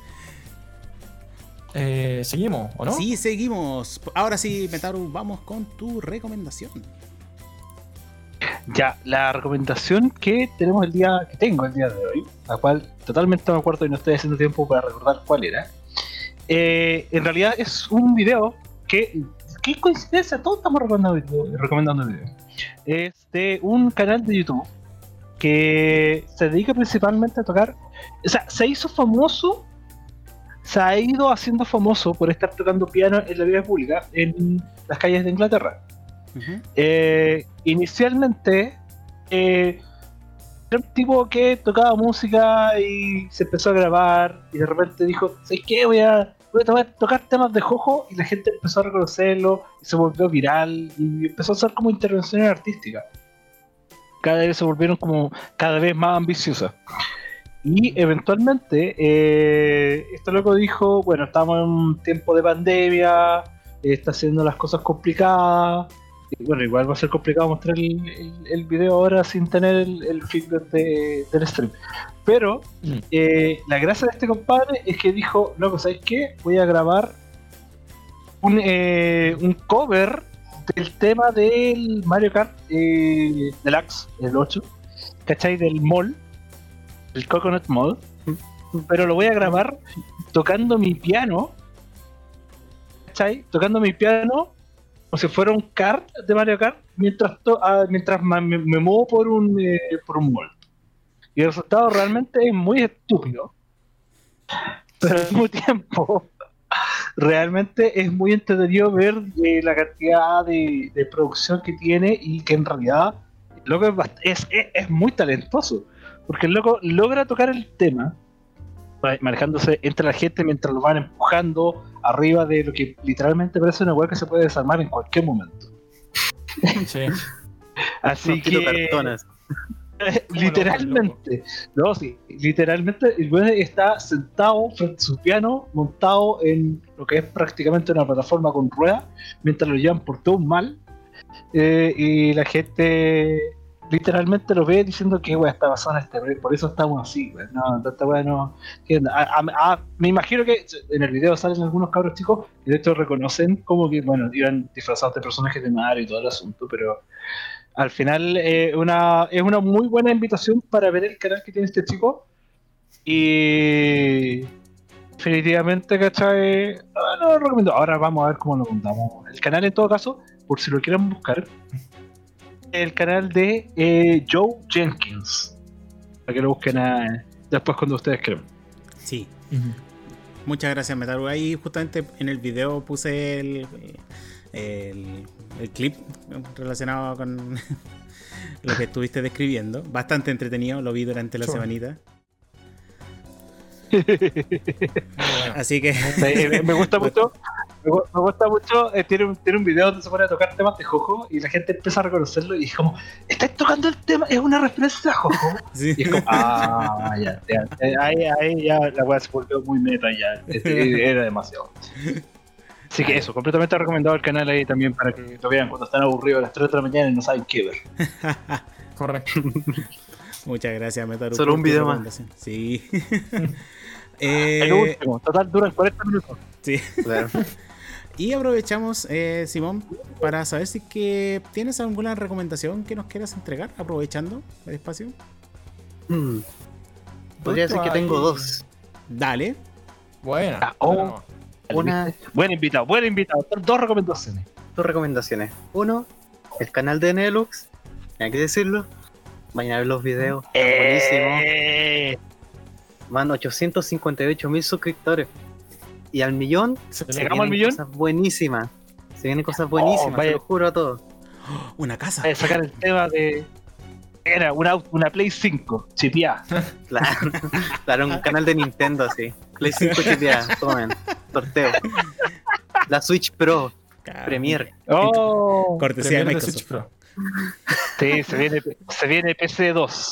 Eh, seguimos, ¿o no? Sí, seguimos. Ahora sí, Metaru, vamos con tu recomendación. Ya, la recomendación que tenemos el día, que tengo el día de hoy, la cual totalmente me acuerdo y no estoy haciendo tiempo para recordar cuál era. Eh, en realidad es un video que, qué coincidencia, todos estamos recomendando video, recomendando video. Es de un canal de YouTube que se dedica principalmente a tocar, o sea, se hizo famoso, se ha ido haciendo famoso por estar tocando piano en la vía pública en las calles de Inglaterra. Ujú. Eh, inicialmente eh, era un tipo que tocaba música y se empezó a grabar y de repente dijo, ¿sabes qué? Voy a, voy a tocar, tocar temas de Jojo, y la gente empezó a reconocerlo y se volvió viral y empezó a hacer como intervenciones artísticas. Cada vez se volvieron como cada vez más ambiciosas. Y eventualmente eh, este loco dijo, bueno, estamos en un tiempo de pandemia, eh, está haciendo las cosas complicadas. Y bueno, igual va a ser complicado mostrar el, el, el video ahora sin tener el, el feedback de, del stream. Pero Mm. eh, la gracia de este compadre es que dijo, loco, ¿sabes qué? Voy a grabar un, eh, un cover del tema del Mario Kart eh, Deluxe, el ocho, ¿cachai? Del mall, el Coconut Mall. Pero lo voy a grabar tocando mi piano, ¿cachai? Tocando mi piano como si fuera un kart de Mario Kart mientras, to ah, mientras me, me muevo por un, eh, por un mall. Y el resultado realmente es muy estúpido, pero al mismo tiempo realmente es muy entretenido ver eh, la cantidad de, de producción que tiene, y que en realidad el loco es, bast- es, es, es muy talentoso, porque el loco logra tocar el tema manejándose entre la gente mientras lo van empujando arriba de lo que literalmente parece una web que se puede desarmar en cualquier momento. Sí. Así Unos pitos que cartones. literalmente, no, sí, literalmente el güey está sentado frente a su piano, montado en lo que es prácticamente una plataforma con ruedas, mientras lo llevan por todo un mal, eh, y la gente literalmente lo ve diciendo que güey está pasando este, por eso estamos así, güey. No, esta güey no. ¿Qué onda? A- a- a- me imagino que en el video salen algunos cabros chicos que de hecho reconocen como que, bueno, iban disfrazados de personajes de Mario y todo el asunto, pero al final eh, una, es una muy buena invitación para ver el canal que tiene este chico. Y definitivamente, ¿cachai? Ah, no lo recomiendo. Ahora vamos a ver cómo lo contamos. El canal, en todo caso, por si lo quieren buscar, el canal de eh, Joe Jenkins, para que lo busquen a- después cuando ustedes quieran. Sí. Ujú. Muchas gracias, Metaru. Ahí justamente en el video puse el, el, el clip relacionado con lo que estuviste describiendo. Bastante entretenido, lo vi durante la Sure. semanita. Muy bueno. Así que Eh, me gusta mucho. Me gu- me gusta mucho. eh, tiene, un, tiene un video donde se pone a tocar temas de Jojo y la gente empieza a reconocerlo y es como, ¿estás tocando el tema? Es una referencia a Jojo. sí. Y es como, ah, ya, ya. Eh, Ahí, ahí ya la weá se volvió muy meta ya. Este, Era demasiado. Así que eso, completamente recomendado el canal ahí también para que lo vean cuando están aburridos a las tres de la mañana y no saben qué ver. Correcto. Muchas gracias, Metaru. Solo por un tu video más. recomendación. Sí. Eh, El último, total duran cuarenta minutos. sí. Claro. Y aprovechamos, eh, Simón, para saber si que tienes alguna recomendación que nos quieras entregar, aprovechando el espacio. Hmm. Podría decir que tengo dos. Dale. Buena. Ah, oh. Bueno, Una, Buen invitado, buen invitado. Dos recomendaciones. dos recomendaciones. Uno, el canal de Nelux. Hay que decirlo. Vayan a ver los videos. Buenísimo. Eh, Van ochocientos cincuenta y ocho mil suscriptores. Y al millón, se se le- ¿Llegamos al vienen millón? cosas buenísimas. Se vienen cosas buenísimas, vaya. te lo juro a todos. Una casa. Voy a sacar el tema de. Era una, una Play cinco, chipeada. Claro, claro, un canal de Nintendo así. Play cinco chipeada, tomen. Sorteo. La Switch Pro, Cabrón. Premier. Oh, Cortesía de Premier de Switch Microsoft. Pro. sí, se viene, se viene P C dos.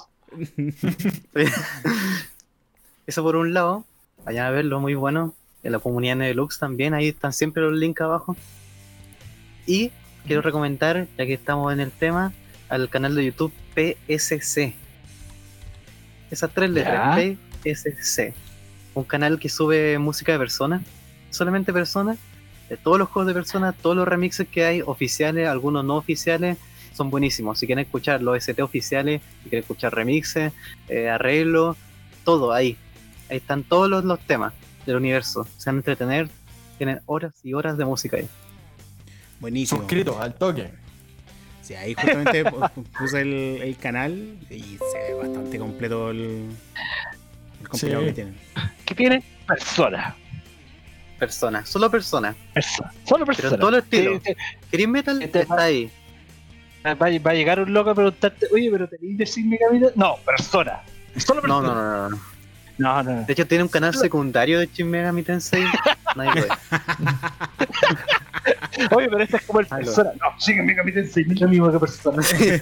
Eso por un lado. Vayan a verlo, muy bueno. En la comunidad Nelux también, ahí están siempre los links abajo. Y quiero recomendar, ya que estamos en el tema, al canal de YouTube P S C. Esas tres letras, Ya. P S C. Un canal que sube música de personas, solamente personas, de todos los juegos de personas, todos los remixes que hay, oficiales, algunos no oficiales, son buenísimos. Si quieren escuchar los S T oficiales, si quieren escuchar remixes, eh, arreglos, todo ahí. Ahí están todos los, los temas del universo. Se van a entretener, tienen horas y horas de música ahí. Buenísimo. Suscrito al toque. Sí, ahí justamente pu- puse el, el canal y se ve bastante completo el, el compilado Sí. que tienen. ¿Qué tiene? Persona. Personas, solo personas. Persona. Solo persona. Pero en todos los estilos. Sí, sí. Green Metal Este- está ahí. Va, va a llegar un loco a preguntarte, oye, pero tenéis de Shin Megami Tensei? No, persona. Solo No, persona. no, no, no, no. No, no, no. De hecho, tiene un canal secundario de Shin Megami Tensei. Nadie lo ve. Oye, pero este es como el Algo. persona. No, Shin Megami Tensei no es lo mismo que persona.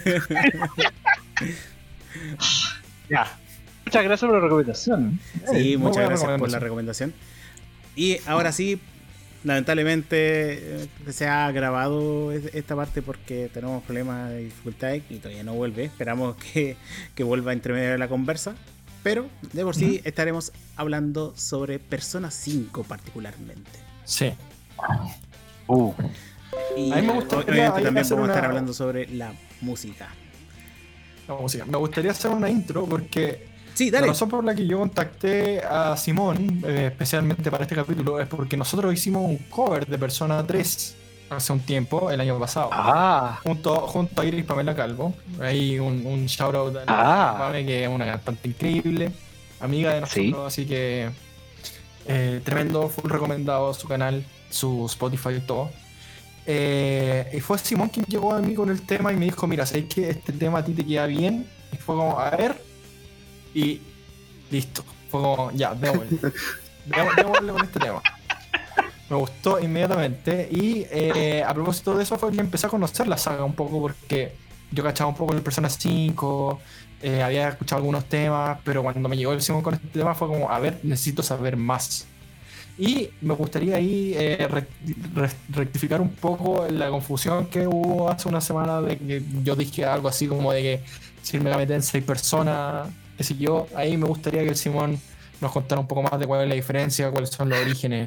Ya. Muchas gracias por la recomendación. Sí, Eh, muy muchas buena gracias por la recomendación. Y ahora sí, lamentablemente eh, se ha grabado es- esta parte porque tenemos problemas de dificultades y todavía no vuelve. Esperamos que, que vuelva entre medio de la conversa. Pero de por sí estaremos hablando sobre Persona cinco particularmente. Sí. Uh. Y A mí me gustaría obviamente ahí también hacer vamos a estar una- hablando sobre la música. La música. Me gustaría hacer una intro porque Sí, la dale. razón por la que yo contacté a Simón, eh, especialmente para este capítulo, es porque nosotros hicimos un cover de Persona tres hace un tiempo, el año pasado. Ah. Junto, junto a Iris Pamela Calvo. Ahí un, un shout out a Ah. Pame, que es una cantante increíble, amiga de nosotros, Sí. así que eh, tremendo, full recomendado su canal, su Spotify y todo. Eh, y fue Simón quien llegó a mí con el tema y me dijo, mira, ¿sabes que este tema a ti te queda bien? Y fue como, a ver, y listo. Fue como, ya, démosle. Démosle démosle con este tema. Me gustó inmediatamente. Y eh, a propósito de eso fue que empecé a conocer la saga un poco porque yo cachaba un poco el Persona cinco, eh, había escuchado algunos temas, pero cuando me llegó el Simón con este tema fue como, a ver, necesito saber más. Y me gustaría ahí eh, re- re- rectificar un poco la confusión que hubo hace una semana de que yo dije algo así como de que si me meten seis personas, qué sé yo. Ahí me gustaría que el Simón nos contara un poco más de cuál es la diferencia, cuáles son los orígenes.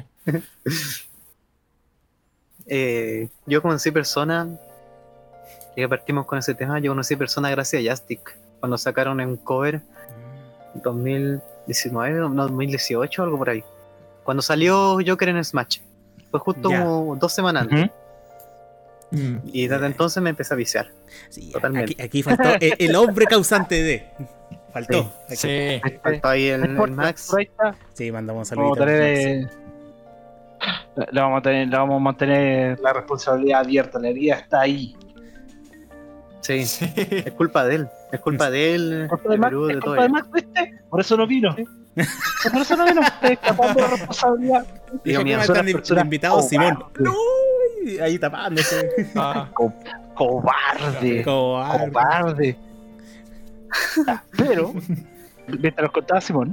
Eh, yo conocí Persona, ya que partimos con ese tema, yo conocí Persona gracias a Jastic, cuando sacaron un cover dos mil diecinueve, no, dos mil dieciocho, algo por ahí. Cuando salió Joker en Smash. Fue justo Ya. como dos semanas antes. Ujú. Mm. Y desde entonces me empecé a viciar. Sí, Totalmente. aquí, aquí faltó el, el hombre causante de. Faltó. Sí. Sí. Faltó ahí el, No importa, el Max. por ahí está. Sí, mandamos Vamos saluditos. a tener, eh, le vamos a tener, le vamos a mantener la responsabilidad abierta, la herida está ahí. Sí, Sí. es culpa de él. Es culpa de él, Culpa de de Max, Perú, es de todo culpa de ello. Max, ¿viste? Por eso no vino. Por eso no vino, usted escapando de la responsabilidad. Dios mío, ¿Cómo son están las personas invitados, Simón? cobardes. ¡No! Ahí tapándose. Ah, Co- cobarde. Cobarde. Cobarde. Pero, mientras nos contaba Simón,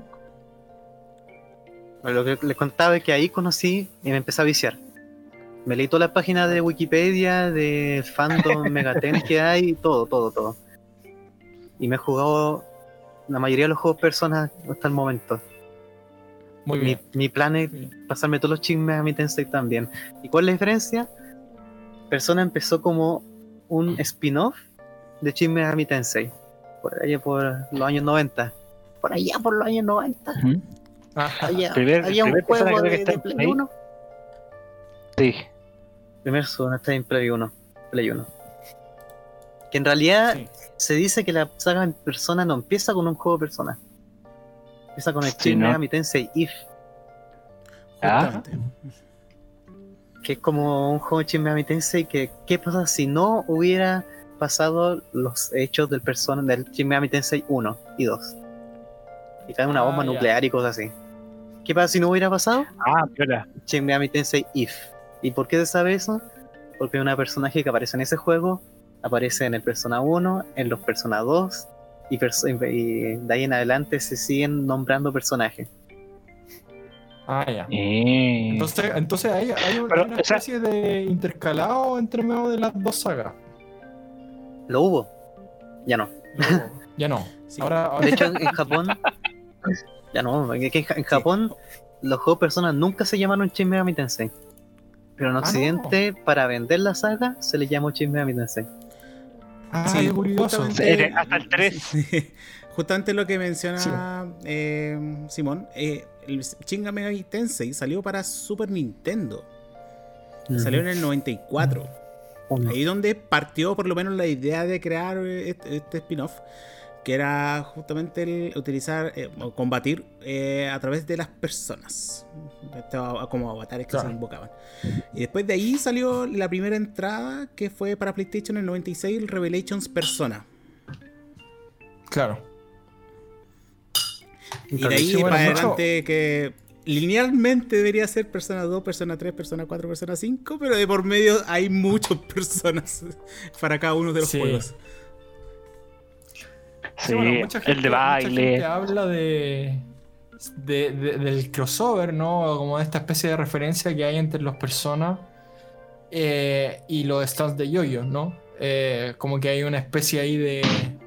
Lo que les contaba es que ahí conocí y me empecé a viciar. Me leí todas las páginas de Wikipedia, de fandom, Megaten que hay, todo, todo, todo. Y me he jugado la mayoría de los juegos personas hasta el momento. muy Mi, bien. mi plan es pasarme todos los Shin Megami Tensei también. ¿Y cuál es la diferencia? Persona empezó como un spin-off de Shin Megami Tensei. Por allá por los años noventa. Por allá por los años noventa. Ajá. Allá, Primer- había un primer persona juego creo que de, está de en Play Play. uno. sí. Primer Zona está en Play uno. Play uno. Que en realidad Sí. se dice que la saga en persona no empieza con un juego de persona. Empieza con el Sí, Shin ¿no? Megami Tensei If, Ah. Justamente. que es como un juego de Shin Megami Tensei que ¿qué pasa si no hubiera pasado los hechos del persona del Shin Megami Tensei uno y dos? Y cae una Ah, bomba ya. nuclear y cosas así. ¿Qué pasa si no hubiera pasado? Ah, piola. Shin Megami Tensei If. ¿Y por qué se sabe eso? Porque una personaje que aparece en ese juego aparece en el Persona uno, en los Persona dos y, perso- y de ahí en adelante se siguen nombrando personajes. Ah, ya. Eh. Entonces, entonces hay, hay un- Pero, una o sea- especie de intercalado entre medio de las dos sagas. Lo hubo, ya no. Ya no. Sí. Ahora, ahora- De hecho, en, en Japón, ya no. En, en- en Japón, los juegos Persona nunca se llamaron Shin Megami Tensei. Pero en Ah, no. Occidente, para vender la saga, se le llamó Shin Megami Tensei. ah, Sí, qué curioso. justamente- Eh, hasta el tres. Sí. Justamente lo que menciona eh, Simón, eh, el Shin Megami Tensei salió para Super Nintendo. Salió en el noventa y cuatro. Uno. Ahí donde partió por lo menos la idea de crear eh, este, este spin-off, que era justamente el utilizar eh, o combatir eh, a través de las personas. Estaba como avatares que Claro. se invocaban. Y después de ahí salió la primera entrada, que fue para PlayStation en el noventa y seis, el Revelations Persona. Claro. Y de ahí Sí, bueno, para mucho- adelante que linealmente debería ser Persona dos, Persona tres, Persona cuatro, Persona cinco, pero de por medio hay muchas personas para cada uno de los Sí. juegos. Sí, bueno, mucha gente- el de mucha baile. gente habla de, de- de- del crossover, ¿no? Como de esta especie de referencia que hay entre los personas eh, y los stands de yoyo, ¿no? Eh, como que hay una especie ahí de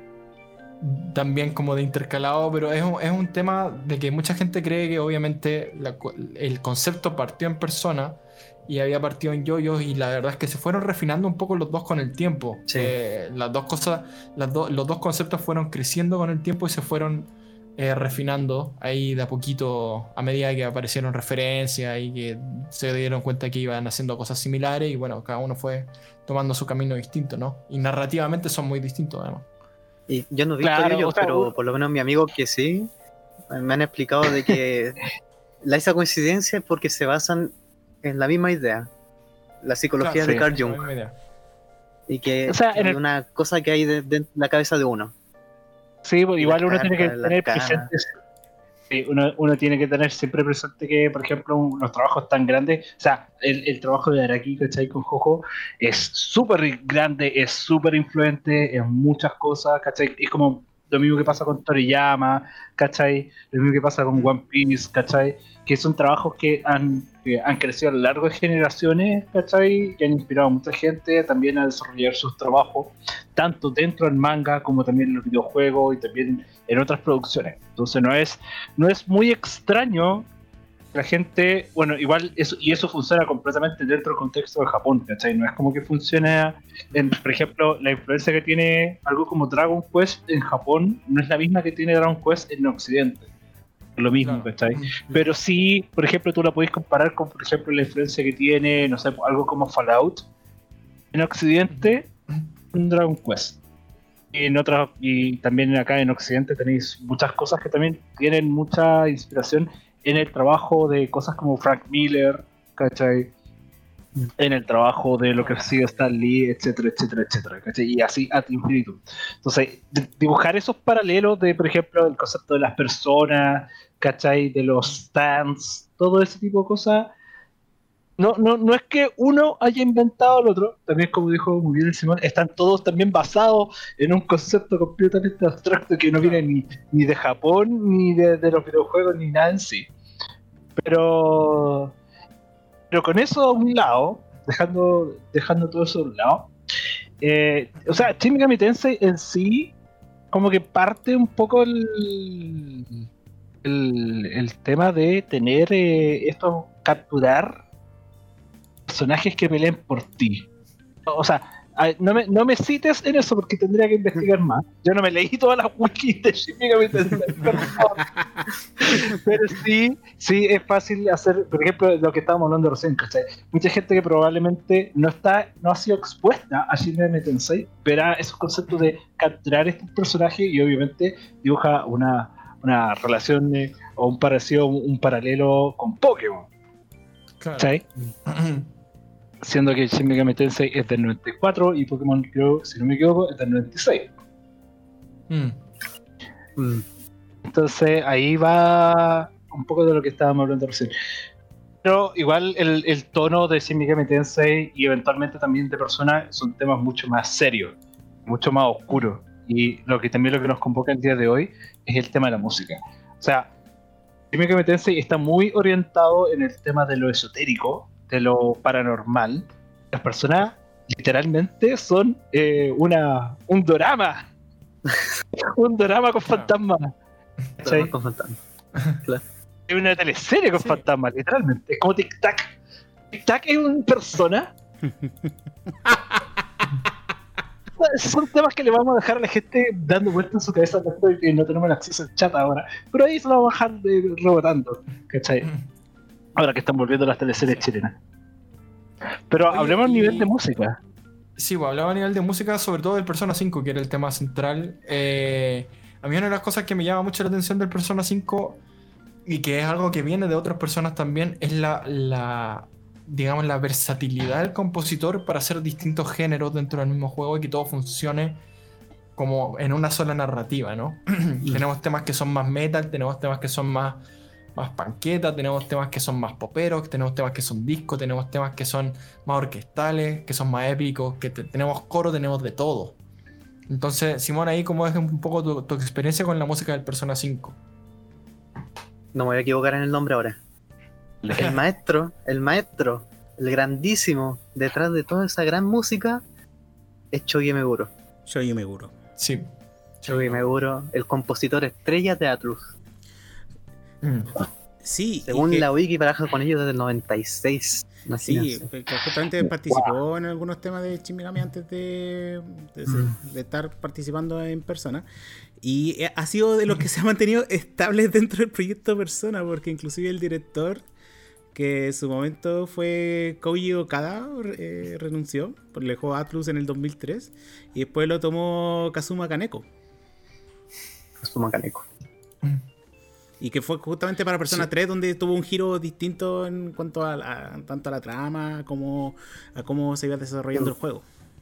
también como de intercalado, pero es un, es un tema de que mucha gente cree que obviamente la co- el concepto partió en persona y había partido en yoyos, y la verdad es que se fueron refinando un poco los dos con el tiempo. Sí. Eh, las dos cosas, las do- los dos conceptos fueron creciendo con el tiempo y se fueron eh, refinando ahí de a poquito a medida que aparecieron referencias y que se dieron cuenta que iban haciendo cosas similares, y bueno, cada uno fue tomando su camino distinto, ¿no? Y narrativamente son muy distintos además. Y yo no he visto Claro, yoyos, o sea, pero uno- por lo menos mi amigo que sí, me han explicado de que la esa coincidencia es porque se basan en la misma idea, la psicología Claro, de Carl la Jung, misma idea. y que O sea, en hay el- una cosa que hay de- de- en la cabeza de uno. Sí, pues, Y igual las uno tiene que cartas, las tener caras. presente. Sí, uno, uno tiene que tener siempre presente que, por ejemplo, un- los trabajos tan grandes, o sea, el, el trabajo de Araki, ¿cachai? Con Jojo es súper grande, es súper influente en muchas cosas, ¿cachai? Es como lo mismo que pasa con Toriyama, ¿cachai? Lo mismo que pasa con One Piece, ¿cachai? Que son trabajos que han, que han crecido a lo largo de generaciones, ¿cachai? Que han inspirado a mucha gente también a desarrollar sus trabajos, tanto dentro del manga como también en los videojuegos y también en otras producciones. Entonces no es, no es muy extraño la gente, bueno, igual eso, y eso funciona completamente dentro del contexto de Japón, ¿cachai? No es como que funcione, en, por ejemplo, la influencia que tiene algo como Dragon Quest en Japón no es la misma que tiene Dragon Quest en Occidente. Es lo mismo, Claro. ¿cachai? Pero sí, por ejemplo, tú la podés comparar con, por ejemplo, la influencia que tiene, no sé, algo como Fallout en Occidente, en Dragon Quest. en otras, y también acá en Occidente tenéis muchas cosas que también tienen mucha inspiración en el trabajo de cosas como Frank Miller, ¿cachai? En el trabajo de lo que ha sido Stan Lee, etcétera, etcétera, etcétera, ¿cachai? Y así ad infinitum. Entonces, d- dibujar esos paralelos de, por ejemplo, el concepto de las personas, ¿cachai? De los stands, todo ese tipo de cosas. No, no, no es que uno haya inventado al otro, también como dijo muy bien el Simón, están todos también basados en un concepto completamente abstracto que no viene ni, ni de Japón, ni de, de los videojuegos, ni nada en sí. Pero, pero con eso a un lado, dejando, dejando todo eso a un lado, eh, o sea, Shin Megami Tensei en sí, como que parte un poco el, el, el tema de tener eh, esto, capturar personajes que peleen por ti. O sea, a- no me, no me cites en eso porque tendría que investigar más. Yo no me leí todas las wikis de Shin Megami Tensei, por favor. Pero sí, sí es fácil hacer, por ejemplo, lo que estábamos hablando recién, ¿cachai? Mucha gente que probablemente no está, no ha sido expuesta a Shin Megami Tensei, verá esos conceptos de capturar estos personajes y obviamente dibuja una, una relación eh, o un parecido, un, un paralelo con Pokémon, Claro. ¿cachai? Siendo que Shin Megami Tensei es del noventa y cuatro y Pokémon, creo, si no me equivoco, es del noventa y seis. Mm. Mm. Entonces ahí va un poco de lo que estábamos hablando recién. Pero igual el, el tono de Shin Megami Tensei y eventualmente también de Persona son temas mucho más serios, mucho más oscuros. Y lo que también lo que nos convoca el día de hoy es el tema de la música. O sea, Shin Megami Tensei está muy orientado en el tema de lo esotérico, de lo paranormal. Las personas literalmente son eh, una, un dorama. Un dorama con Claro. fantasmas. ¿Cachai? Con fantasma. Es una teleserie con Sí. fantasmas, literalmente. Es como Tic Tac. Tic Tac es una persona. Son temas que le vamos a dejar a la gente dando vueltas en su cabeza porque no tenemos el acceso al chat ahora. Pero ahí se lo vamos a dejar de, rebotando. ¿Cachai? Ahora que están volviendo las teleseries chilenas. Pero Oye, hablemos a y- nivel de música. Sí, pues hablaba a nivel de música, sobre todo del Persona cinco, que era el tema central. Eh, a mí una de las cosas que me llama mucho la atención del Persona cinco, y que es algo que viene de otras personas también, es la, la digamos, la versatilidad del compositor para hacer distintos géneros dentro del mismo juego y que todo funcione como en una sola narrativa, ¿no? Tenemos temas que son más metal, tenemos temas que son más, más panqueta, tenemos temas que son más poperos, tenemos temas que son disco, tenemos temas que son más orquestales, que son más épicos, que te- tenemos coro, tenemos de todo. Entonces, Simón, ahí cómo es un poco tu, tu experiencia con la música del Persona cinco. No me voy a equivocar en el nombre ahora. El maestro, el maestro, el grandísimo, detrás de toda esa gran música, es Shoji Meguro. Shoji Meguro. Sí. Shoji Meguro, el compositor estrella de Atlus. Mm. Sí, y Según que- la wiki, trabaja con ellos desde el noventa y seis. sí, Imagínense. porque justamente participó en algunos temas de Shin Megami antes de, de, Mm. de estar participando en Persona. Y eh, ha sido de los que se ha mantenido estables dentro del proyecto Persona, porque inclusive el director, que en su momento fue Koji Okada, eh, renunció, por le dejó a Atlus en el dos mil tres, y después lo tomó Kazuma Kaneko. Kazuma Kaneko. Mm. Y que fue justamente para Persona Sí. tres, donde tuvo un giro distinto en cuanto a, la- tanto a la trama como a cómo se iba desarrollando el juego.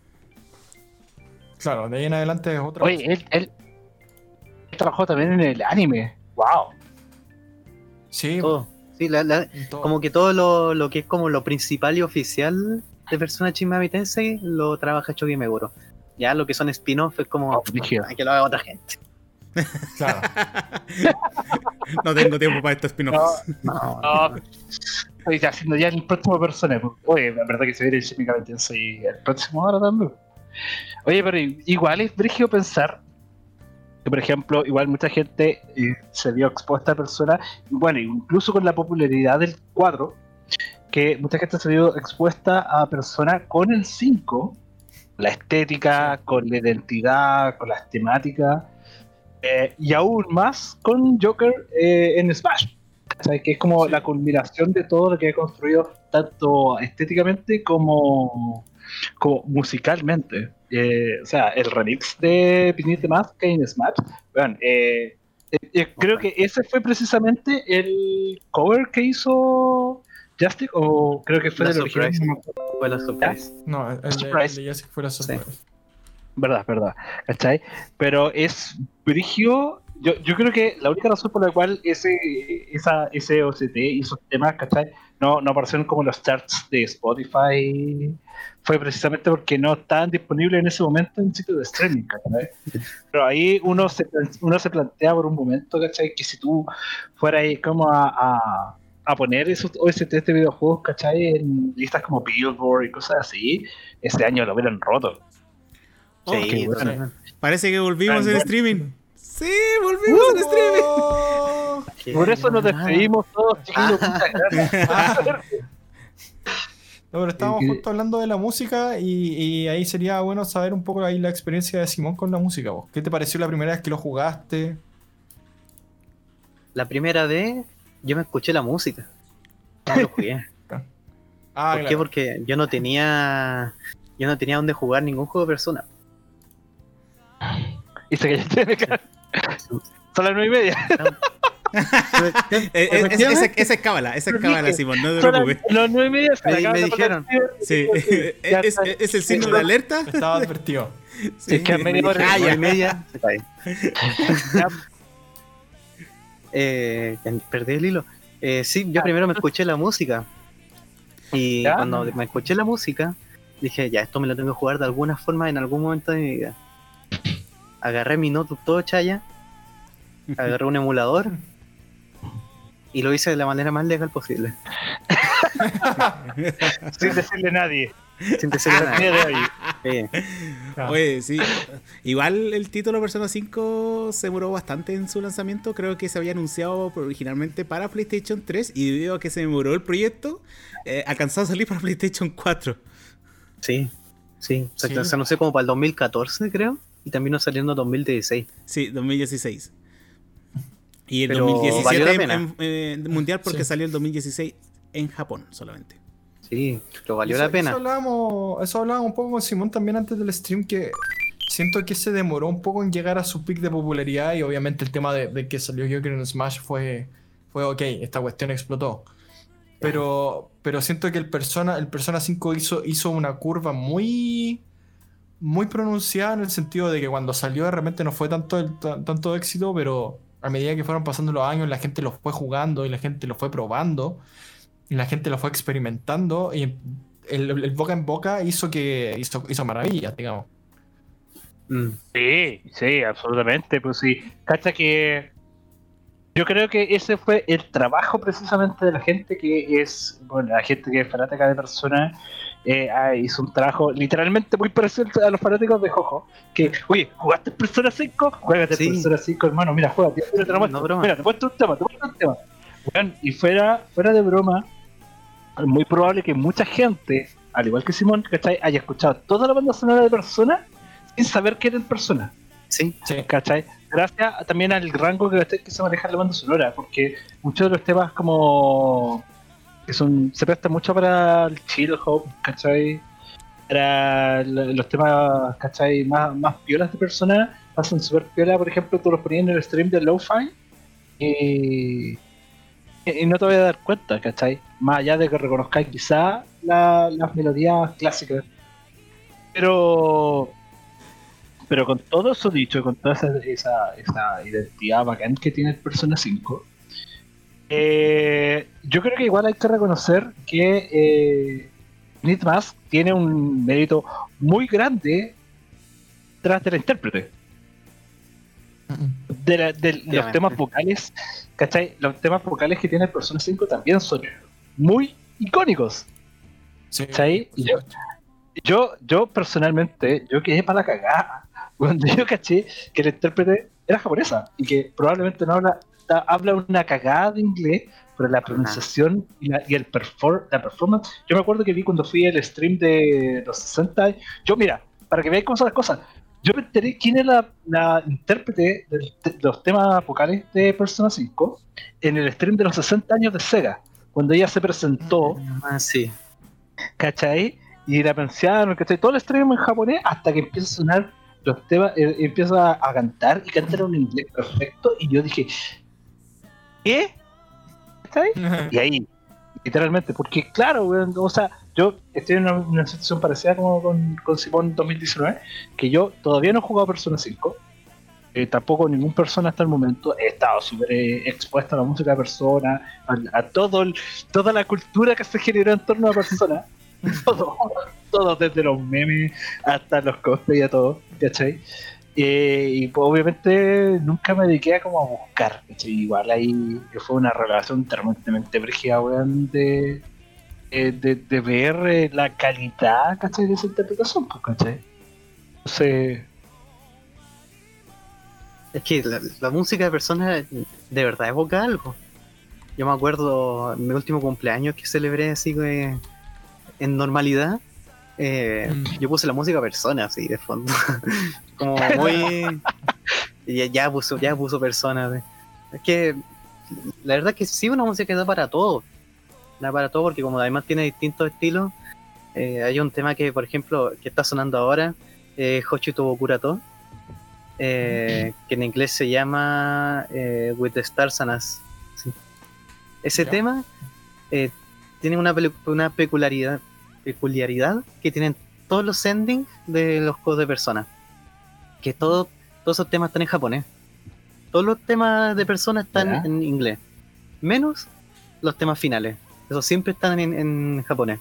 Claro, de ahí en adelante es otra Oye, cosa. él, él trabajó también en el anime. ¡Wow! Sí, Todo. Sí, la- la- en todo. como que todo lo, lo que es como lo principal y oficial de Persona Shin Megami Tensei lo trabaja Shoji Meguro. Ya lo que son spin-off es como Oh, brígido. "Ah, que lo haga otra gente". Claro. No tengo tiempo para estos spin-offs. No, No, estoy haciendo ya el próximo Persona. Oye, la verdad que se viene el Shin Megami Tensei el próximo ahora también. Oye, pero igual es brígido pensar que, por ejemplo, igual mucha gente eh, se vio expuesta a Persona, bueno, incluso con la popularidad del cuatro, que mucha gente se vio expuesta a Persona con el cinco, la estética, con la identidad, con las temáticas, eh, y aún más con Joker eh, en Smash. O sea, que es como Sí. la culminación de todo lo que he construido, tanto estéticamente como, como musicalmente. Eh, o sea, el remix de Beneath the Mask en Smash, bueno, eh, eh, eh, creo que ese fue precisamente el cover que hizo Justic, o creo que fue La del original. Surprise. No me acuerdo. Fue la surprise. No, el, el, de- el Surprise. de Jessic fue la surprise. Verdad, verdad, ¿cachai? Pero es brigio. Yo, yo creo que la única razón por la cual ese, esa, ese O C T y esos temas, ¿cachai? No, no aparecieron como los charts de Spotify fue precisamente porque no estaban disponibles en ese momento en sitios de streaming, ¿cachai? Pero ahí uno se, uno se plantea por un momento, ¿cachai? Que si tú fueras ahí como a, a, a poner esos O S Ts de videojuegos, ¿cachai? En listas como Billboard y cosas así, ese año lo hubieran roto. Oh, Sí, qué bueno. totalmente. Parece que volvimos Ah, en bueno. streaming. Sí, volvimos en streaming. ¡Oh! Qué Por eso nos nada. despedimos todos, chiquillos. Muchas gracias. No, pero estábamos Y- justo hablando de la música y, y ahí sería bueno saber un poco ahí la experiencia de Simón con la música. ¿Vos? ¿Qué te pareció la primera vez que lo jugaste? La primera vez yo me escuché la música. No lo jugué. Ah, ¿Por qué? Porque yo no tenía. Yo no tenía donde jugar ningún juego de persona. Y se cayó de cara. Son las nueve y media. Eh, eh, esa, esa- esa es cábala, esa es cábala, Simón, no te Son las, preocupes. las nueve y media. se Me- acaban me de pasar dijeron. el- Sí, Ya es, está. es el signo de alerta. Estaba advertido. Sí. Es que a media hora- Ah, Nueve ya. y media se cae. Ya. Eh, perdí el hilo. Eh, sí, yo primero me escuché la música. Y ¿Ya? cuando me escuché la música, dije, ya, esto me lo tengo que jugar de alguna forma en algún momento de mi vida. Agarré mi notebook todo chaya, agarré un emulador y lo hice de la manera más legal posible. Sin decirle a nadie. Sin decirle Hasta el día nada. de hoy. Sí. Ah. Oye, sí. Igual el título Persona cinco se demoró bastante en su lanzamiento. Creo que se había anunciado originalmente para PlayStation tres y debido a que se demoró el proyecto, eh, alcanzó a salir para PlayStation cuatro. Sí, sí. Se, Sí. se anunció como para el dos mil catorce, creo, y también no saliendo en dos mil dieciséis. Sí, dos mil dieciséis. Y el Pero dos mil valió la diecisiete pena. en- en- mundial porque Sí. salió el dos mil dieciséis en Japón solamente. Sí, lo valió Eso- la pena. Eso hablábamos, eso hablábamos un poco con Simón también antes del stream, que siento que se demoró un poco en llegar a su pick de popularidad y obviamente el tema de, de que salió Joker en Smash fue, fue ok, esta cuestión explotó. Pero, pero siento que el Persona, el Persona cinco hizo, hizo una curva muy, muy pronunciada en el sentido de que cuando salió de repente no fue tanto, el- ta- tanto éxito, pero a medida que fueron pasando los años la gente lo fue jugando y la gente lo fue probando. Y la gente lo fue experimentando y el, el boca en boca hizo que hizo, hizo maravillas, digamos. Mm. Sí, sí, absolutamente. Pues sí. Cacha que yo creo que ese fue el trabajo precisamente de la gente que es, bueno, la gente que es fanática de Persona. Eh, ah, hizo un trabajo literalmente muy parecido a los fanáticos de Jojo. Que, oye, ¿jugaste Persona cinco? Juégate Sí. Persona cinco, hermano. Mira, juega, mira, te lo No, muestro. broma. Mira, te muestro un tema, te muestro un tema. Bueno, y fuera, fuera de broma, es muy probable que mucha gente, al igual que Simón, ¿cachai? Haya escuchado toda la banda sonora de Persona sin saber que eran Persona. Sí, Sí. ¿Cachai? Gracias a- también al rango que, que se maneja la banda sonora, porque muchos de los temas como que son se prestan mucho para el chill hop, ¿cachai? Para l- los temas, ¿cachai? Más, más piolas de Persona, pasan súper piola, por ejemplo, tú los ponías en el stream de Lo-Fi y, y no te voy a dar cuenta, ¿cachai? Más allá de que reconozcáis quizá la- las melodías clásicas. Pero pero con todo eso dicho, con toda esa, esa, esa identidad bacán que tiene el Persona cinco, eh, yo creo que igual hay que reconocer que eh, Beneath the Mask tiene un mérito muy grande tras de la intérprete. De, la- de los Efectivamente. temas vocales, ¿cachai? Los temas vocales que tiene el Persona cinco también son muy icónicos. Sí, ¿Cachai? por Yo- supuesto. Yo, yo personalmente, yo quedé para la cagada cuando yo caché que la intérprete era japonesa y que probablemente no habla, ta- habla una cagada de inglés, pero la pronunciación y, la, y el perfor la performance. Yo me acuerdo que vi cuando fui al stream de los sesenta. Yo, mira, para que veáis cómo son las cosas, yo me enteré quién era la, la intérprete del- de los temas vocales de Persona cinco en el stream de los sesenta años de Sega, cuando ella se presentó. ah, sí. ¿Cachai? y era pensar, ¿cachai? Todo el stream en japonés hasta que empieza a sonar los temas, eh, empieza a cantar y canta en un inglés perfecto y yo dije, ¿qué? ¿Cachai? Y ahí, literalmente, porque claro, weón, o sea, yo estoy en una, una situación parecida como con, con Simón dos mil diecinueve, que yo todavía no he jugado Persona cinco, eh, tampoco ningún Persona hasta el momento, he estado súper eh, expuesto a la música de Persona, a, a todo el, toda la cultura que se generó en torno a Persona, todo, todo desde los memes hasta los cosplays y a todo, ¿cachai? Eh, y pues obviamente nunca me dediqué a como a buscar, ¿cachai? Igual ahí fue una relación tremendamente brígida, weón, de, eh, de, de ver eh, la calidad, ¿cachai? De esa interpretación, pues, ¿cachai? Entonces, Es que la, la música de Persona de verdad evoca algo. Yo me acuerdo en mi último cumpleaños que celebré así que en normalidad. Eh, Mm. Yo puse la música Persona así de fondo. Como muy. Y ya, ya puso, ya puso Persona. de- Es que la verdad es que sí, una música que da para todo. Da para todo porque como además tiene distintos estilos. eh, hay un tema que, por ejemplo, que está sonando ahora, eh, Hoshi to Bokurato, eh, que en inglés se llama eh, With the Stars and Us. Sí. Ese Ya. tema eh, tiene una, pelu- una peculiaridad, peculiaridad que tienen todos los endings de los juegos de Persona. Que todo, todos esos temas están en japonés. Todos los temas de Persona están Ya. en inglés. Menos los temas finales. Esos siempre están en, en japonés.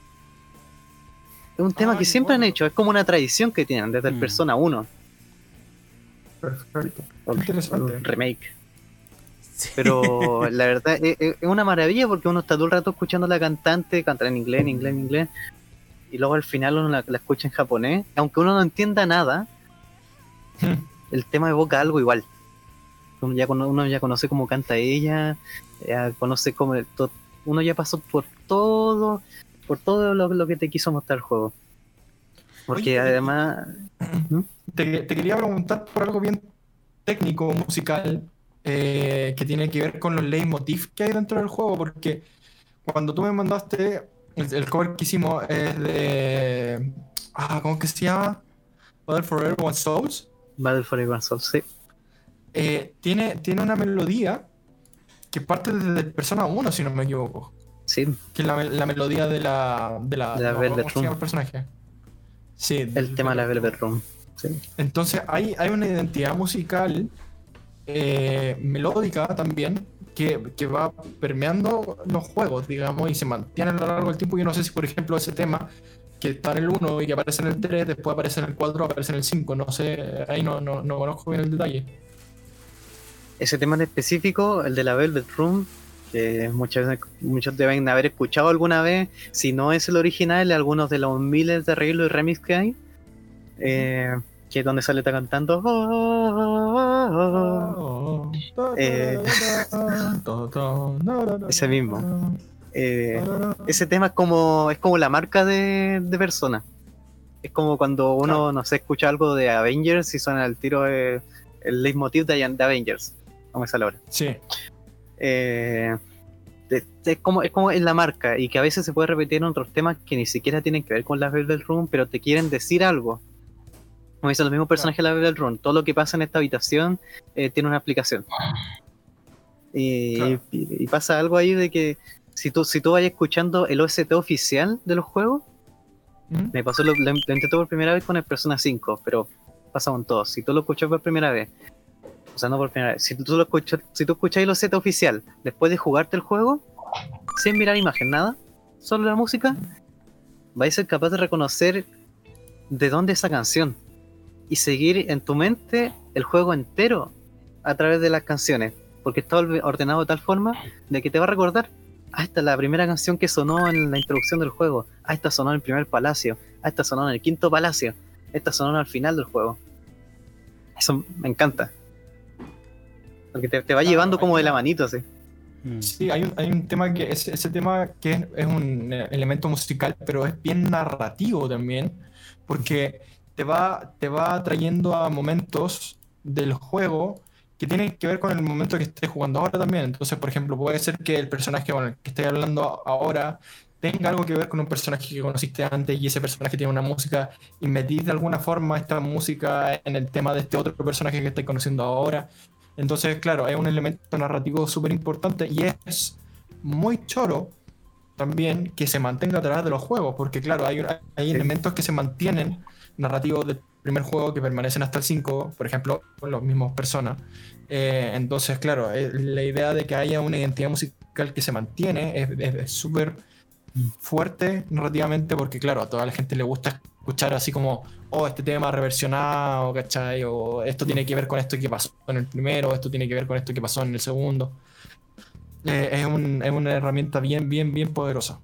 Es un tema Ah, que qué siempre han bueno. hecho. Es como una tradición que tienen desde el Mm. Persona uno. Perfecto. o el- Interesante. o el remake. Sí. Pero la verdad es, es una maravilla porque uno está todo el rato escuchando a la cantante cantar en inglés, en inglés, en inglés. Y luego al final uno la, la escucha en japonés. Aunque uno no entienda nada, el tema evoca algo igual. Uno ya, cono- uno ya conoce cómo canta ella, ya conoce cómo... to- uno ya pasó por todo, por todo lo, lo que te quiso mostrar el juego. Porque Oye, además... ¿Mm? Te, te quería preguntar por algo bien técnico, musical, eh, que tiene que ver con los leitmotiv que hay dentro del juego, porque cuando tú me mandaste el, el cover que hicimos es de... Ah, ¿cómo que se llama? Battle for Everyone's Souls. Battle for Everyone's Souls, sí. Eh, tiene, tiene una melodía que parte desde el Persona uno, si no me equivoco. Sí, Que es la, me- la melodía de la... De la, De la no me acuerdo Velvet cómo se llama Room. el personaje. Sí, el del tema de la Velvet Velvet Room. Sí. Entonces hay, hay una identidad musical eh, melódica también que, que va permeando los juegos, digamos, y se mantiene a lo largo del tiempo. Yo no sé si, por ejemplo, ese tema que está en el uno y que aparece en el tres, después aparece en el cuatro, aparece en el cinco, no sé, ahí no, no, no conozco bien el detalle. Ese tema en específico, el de la Velvet Room, que muchas veces, muchos deben haber escuchado alguna vez, si no es el original, algunos de los miles de arreglos y remix que hay, eh, que es donde sale está cantando. Eh, ese mismo. Eh, ese tema es como es como la marca de, de Persona. Es como cuando uno, Claro. no sé, escucha algo de Avengers y suena el tiro de, el leitmotiv de, de Avengers. No me sale ahora. Sí, Eh, de- de- es como es como en la marca y que a veces se puede repetir en otros temas que ni siquiera tienen que ver con la Velvet Room, pero te quieren decir algo. Como dicen los mismos personajes de la Velvet Room, todo lo que pasa en esta habitación eh, tiene una explicación. Y, Claro. y- y pasa algo ahí de que si tú, si tú vayas escuchando el O S T oficial de los juegos, ¿Mm? me pasó, lo, lo, lo intenté por primera vez con el Persona cinco, pero pasa con todos. Si tú lo escuchas por primera vez, o sea, no por primera vez, si tú lo escuchas, si tú escuchas el O S T oficial después de jugarte el juego, sin mirar imagen, nada, solo la música, vais a ser capaz de reconocer de dónde es esa canción y seguir en tu mente el juego entero a través de las canciones, porque está orbe- ordenado de tal forma de que te va a recordar, ah, esta es la primera canción que sonó en la introducción del juego, ah, esta sonó en el primer palacio, ah, esta sonó en el quinto palacio, esta sonó al final del juego. Eso me encanta. Porque te, te va Claro, llevando como hay de la una- manito, así. Mm. Sí, hay un, hay un tema que es ese tema que es, es un eh, elemento musical, pero es bien narrativo también, porque te va, te va trayendo a momentos del juego que tienen que ver con el momento que estés jugando ahora también. Entonces, por ejemplo, puede ser que el personaje con el que estoy hablando ahora tenga algo que ver con un personaje que conociste antes y ese personaje tiene una música y metís de alguna forma esta música en el tema de este otro personaje que estáis conociendo ahora. Entonces, claro, es un elemento narrativo súper importante y es muy choro también que se mantenga a través de los juegos, porque claro, hay, hay elementos que se mantienen narrativos del primer juego que permanecen hasta el cinco, por ejemplo, con los mismos personas. Eh, entonces, claro, eh, la idea de que haya una identidad musical que se mantiene es súper fuerte narrativamente, porque claro, a toda la gente le gusta escuchar así como, oh, este tema reversionado, ¿cachai? O esto tiene que ver con esto que pasó en el primero, esto tiene que ver con esto que pasó en el segundo. Eh, es, un, es una herramienta bien, bien, bien poderosa.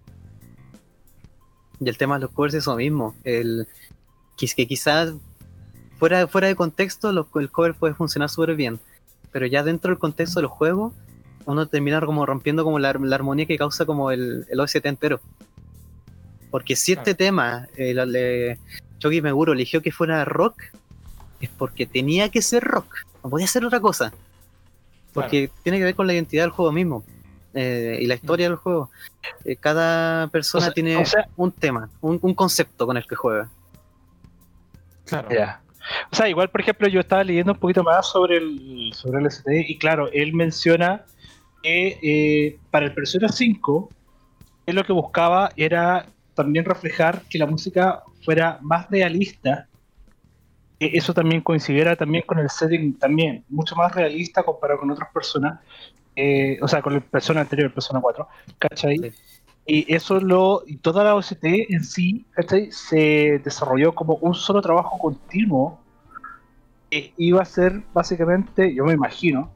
Y el tema de los covers es eso mismo. El, que, que quizás fuera, fuera de contexto los, el cover puede funcionar súper bien, pero ya dentro del contexto de los juegos uno termina como rompiendo como la, la armonía que causa como el, el O S T entero. Porque si este claro. tema eh, le, Shoji Meguro eligió que fuera rock, es porque tenía que ser rock, no podía ser otra cosa. Porque claro. tiene que ver con la identidad del juego mismo eh, y la historia del juego. Eh, cada persona o sea, tiene o sea, un tema, un, un concepto con el que juega. Claro. Yeah. O sea, igual, por ejemplo, yo estaba leyendo un poquito más sobre el, sobre el O S T y claro, él menciona que eh, para el Persona cinco él lo que buscaba era también reflejar que la música fuera más realista. Eso también coincidiera también con el setting también, mucho más realista comparado con otras personas, eh, o sea, con el Persona anterior, el Persona cuatro, ¿cachai? Sí. Y eso lo, y toda la O S T en sí, ¿cachai? Se desarrolló como un solo trabajo continuo, que iba a ser básicamente, yo me imagino,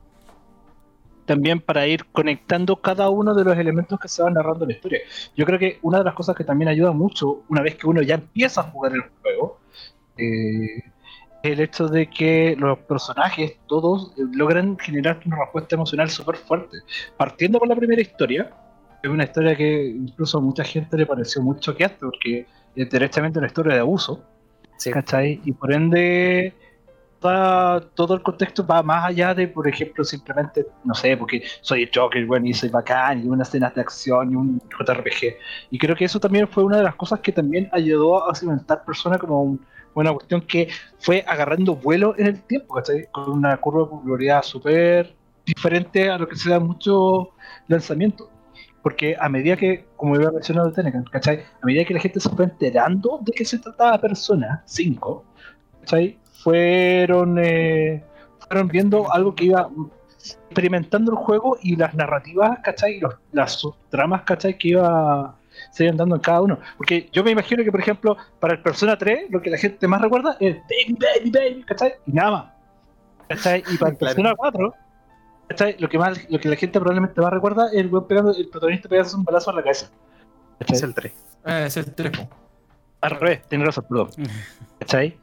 también para ir conectando cada uno de los elementos que se van narrando en la historia. Yo creo que una de las cosas que también ayuda mucho, una vez que uno ya empieza a jugar el juego, eh, el hecho de que los personajes todos logran generar una respuesta emocional súper fuerte. Partiendo por la primera historia, es una historia que incluso a mucha gente le pareció muy choqueante porque es directamente una historia de abuso, sí. ¿Cachai? Y por ende toda, todo el contexto va más allá de, por ejemplo, simplemente, no sé, porque soy el Joker, bueno, y soy bacán, y unas escenas de acción y un J R P G. Y creo que eso también fue una de las cosas que también ayudó a cimentar Persona como un una cuestión que fue agarrando vuelo en el tiempo, ¿cachai? Con una curva de popularidad súper diferente a lo que se da en muchos lanzamientos. Porque a medida que, como iba mencionando Tenecan, ¿cachai? A medida que la gente se fue enterando de que se trataba Persona cinco, ¿cachai? Fueron, eh, fueron viendo algo que iba experimentando el juego y las narrativas, ¿cachai? Los, las subtramas, ¿cachai? Que iba... se iban dando en cada uno, porque yo me imagino que por ejemplo para el Persona tres lo que la gente más recuerda es baby, baby, baby, ¿cachai? Y nada más, ¿cachai? Y para el claro. Persona cuatro, ¿cachai? Lo que más, lo que la gente probablemente más recuerda es el buen pegando, el protagonista pegándose un balazo en la cabeza, ¿cachai? Es el tres. Eh, es el tres. Al revés, tiene razón, perdón, ¿cachai?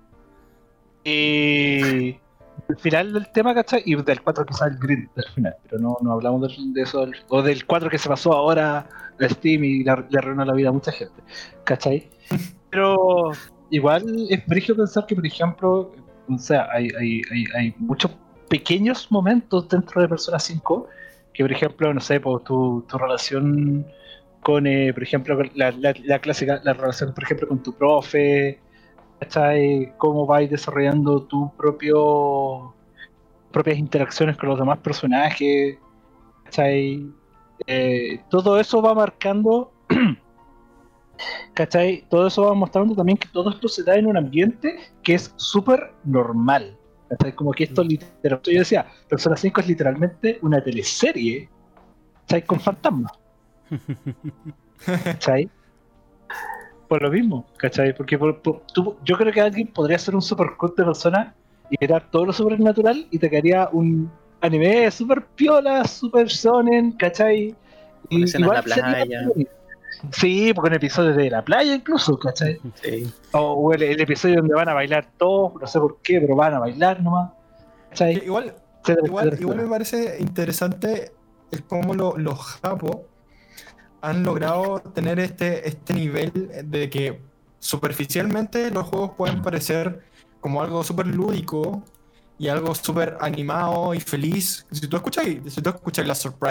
Y el final del tema, ¿cachai? Y del cuatro quizás el grid del final, pero no, no hablamos de, de eso, o del cuatro que se pasó ahora a Steam y le, le arruinó la vida a mucha gente, ¿cachai? Pero igual es brígido pensar que, por ejemplo, o sea, hay, hay, hay, hay muchos pequeños momentos dentro de Persona cinco que, por ejemplo, no sé, pues, tu, tu relación con, eh, por ejemplo, la, la, la clásica, la relación, por ejemplo, con tu profe, ¿cachai? Cómo vais desarrollando tu propio propias interacciones con los demás personajes, ¿cachai? Eh, todo eso va marcando, ¿cachai? Todo eso va mostrando también que todo esto se da en un ambiente que es súper normal, ¿cachai? Como que esto literalmente, yo decía, Persona cinco es literalmente una teleserie, ¿cachai? Con fantasmas, ¿cachai? Por lo mismo, ¿cachai? Porque por, por, tú, yo creo que alguien podría hacer un super cult de Persona y crear todo lo sobrenatural y te quedaría un anime super piola, super shonen, ¿cachai? Y igual la playa. Sí, porque en episodios de la playa incluso, ¿cachai? Sí. O, o el, el episodio donde van a bailar todos, no sé por qué, pero van a bailar nomás, ¿cachai? Igual, etcétera, igual, etcétera. Igual me parece interesante el cómo lo, los japos han logrado tener este, este nivel de que superficialmente los juegos pueden parecer como algo súper lúdico y algo súper animado y feliz. Si tú escuchas, si tú escuchas la Surprise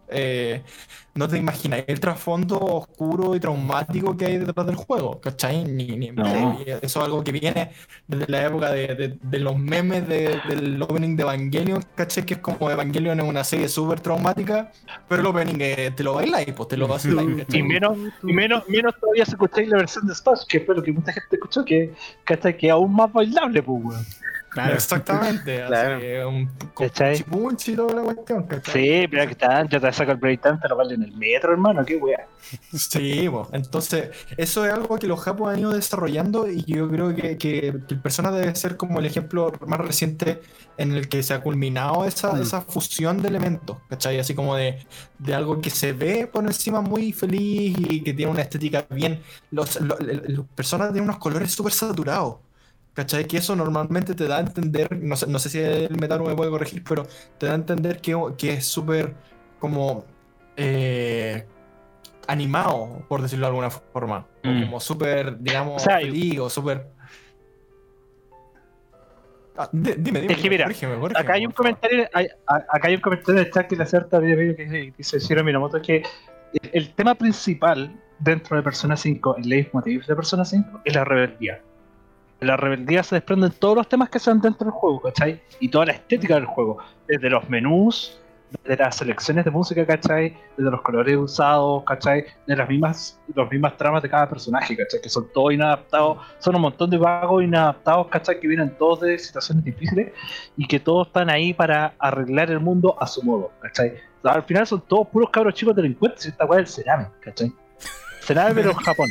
eh, no te imaginas el trasfondo oscuro y traumático que hay detrás del juego, ¿cachai? Ni, ni en No. breve. Eso es algo que viene desde la época de, de- de los memes de- del opening de Evangelion, ¿cachai? Que es como Evangelion es una serie súper traumática, pero el opening eh, te lo bailáis, pues te lo vas a Y ¿cachai? menos, y menos, menos todavía se escucháis la versión de Smash, que fue lo que mucha gente escuchó, que, que, que es aún más bailable, pues, weón. Claro. Exactamente, Claro. así, eh, un, con ¿Cachai? punchi y toda la cuestión, ¿cachai? Sí, pero que están, yo te saco el breakdown, te lo vale en el metro, hermano, qué weá. Sí, po. Entonces, eso es algo que los japos han ido desarrollando y yo creo que, que, que el Persona debe ser como el ejemplo más reciente en el que se ha culminado esa, Mm. esa fusión de elementos, ¿cachai? Así como de, de algo que se ve por encima muy feliz y que tiene una estética bien. Los, los, los Persona tienen unos colores súper saturados. ¿Cachai? Que eso normalmente te da a entender, no sé, no sé si el Metaru me puede corregir, pero te da a entender que, que es súper como eh, animado, por decirlo de alguna forma. O Mm. como súper, digamos, O sea, feliz o súper... Ah, di- dime, dime, Es que mira, corrígeme, corrígeme, Acá hay un por favor. comentario, hay- a- acá hay un comentario en el chat que le acerta video que dice Shiro Minamoto, que el, el tema principal dentro de Persona cinco, el leitmotiv de Persona cinco, es la rebeldía. De la rebeldía se desprenden todos los temas que se dan dentro del juego, ¿cachai? Y toda la estética del juego, desde los menús, desde las selecciones de música, ¿cachai? Desde los colores usados, ¿cachai? De las mismas, las mismas tramas de cada personaje, ¿cachai? Que son todos inadaptados, son un montón de vagos inadaptados, ¿cachai? Que vienen todos de situaciones difíciles y que todos están ahí para arreglar el mundo a su modo, ¿cachai? O sea, al final son todos puros cabros chicos delincuentes y esta weá es el Cerame, ¿cachai? Cerame pero en Japón.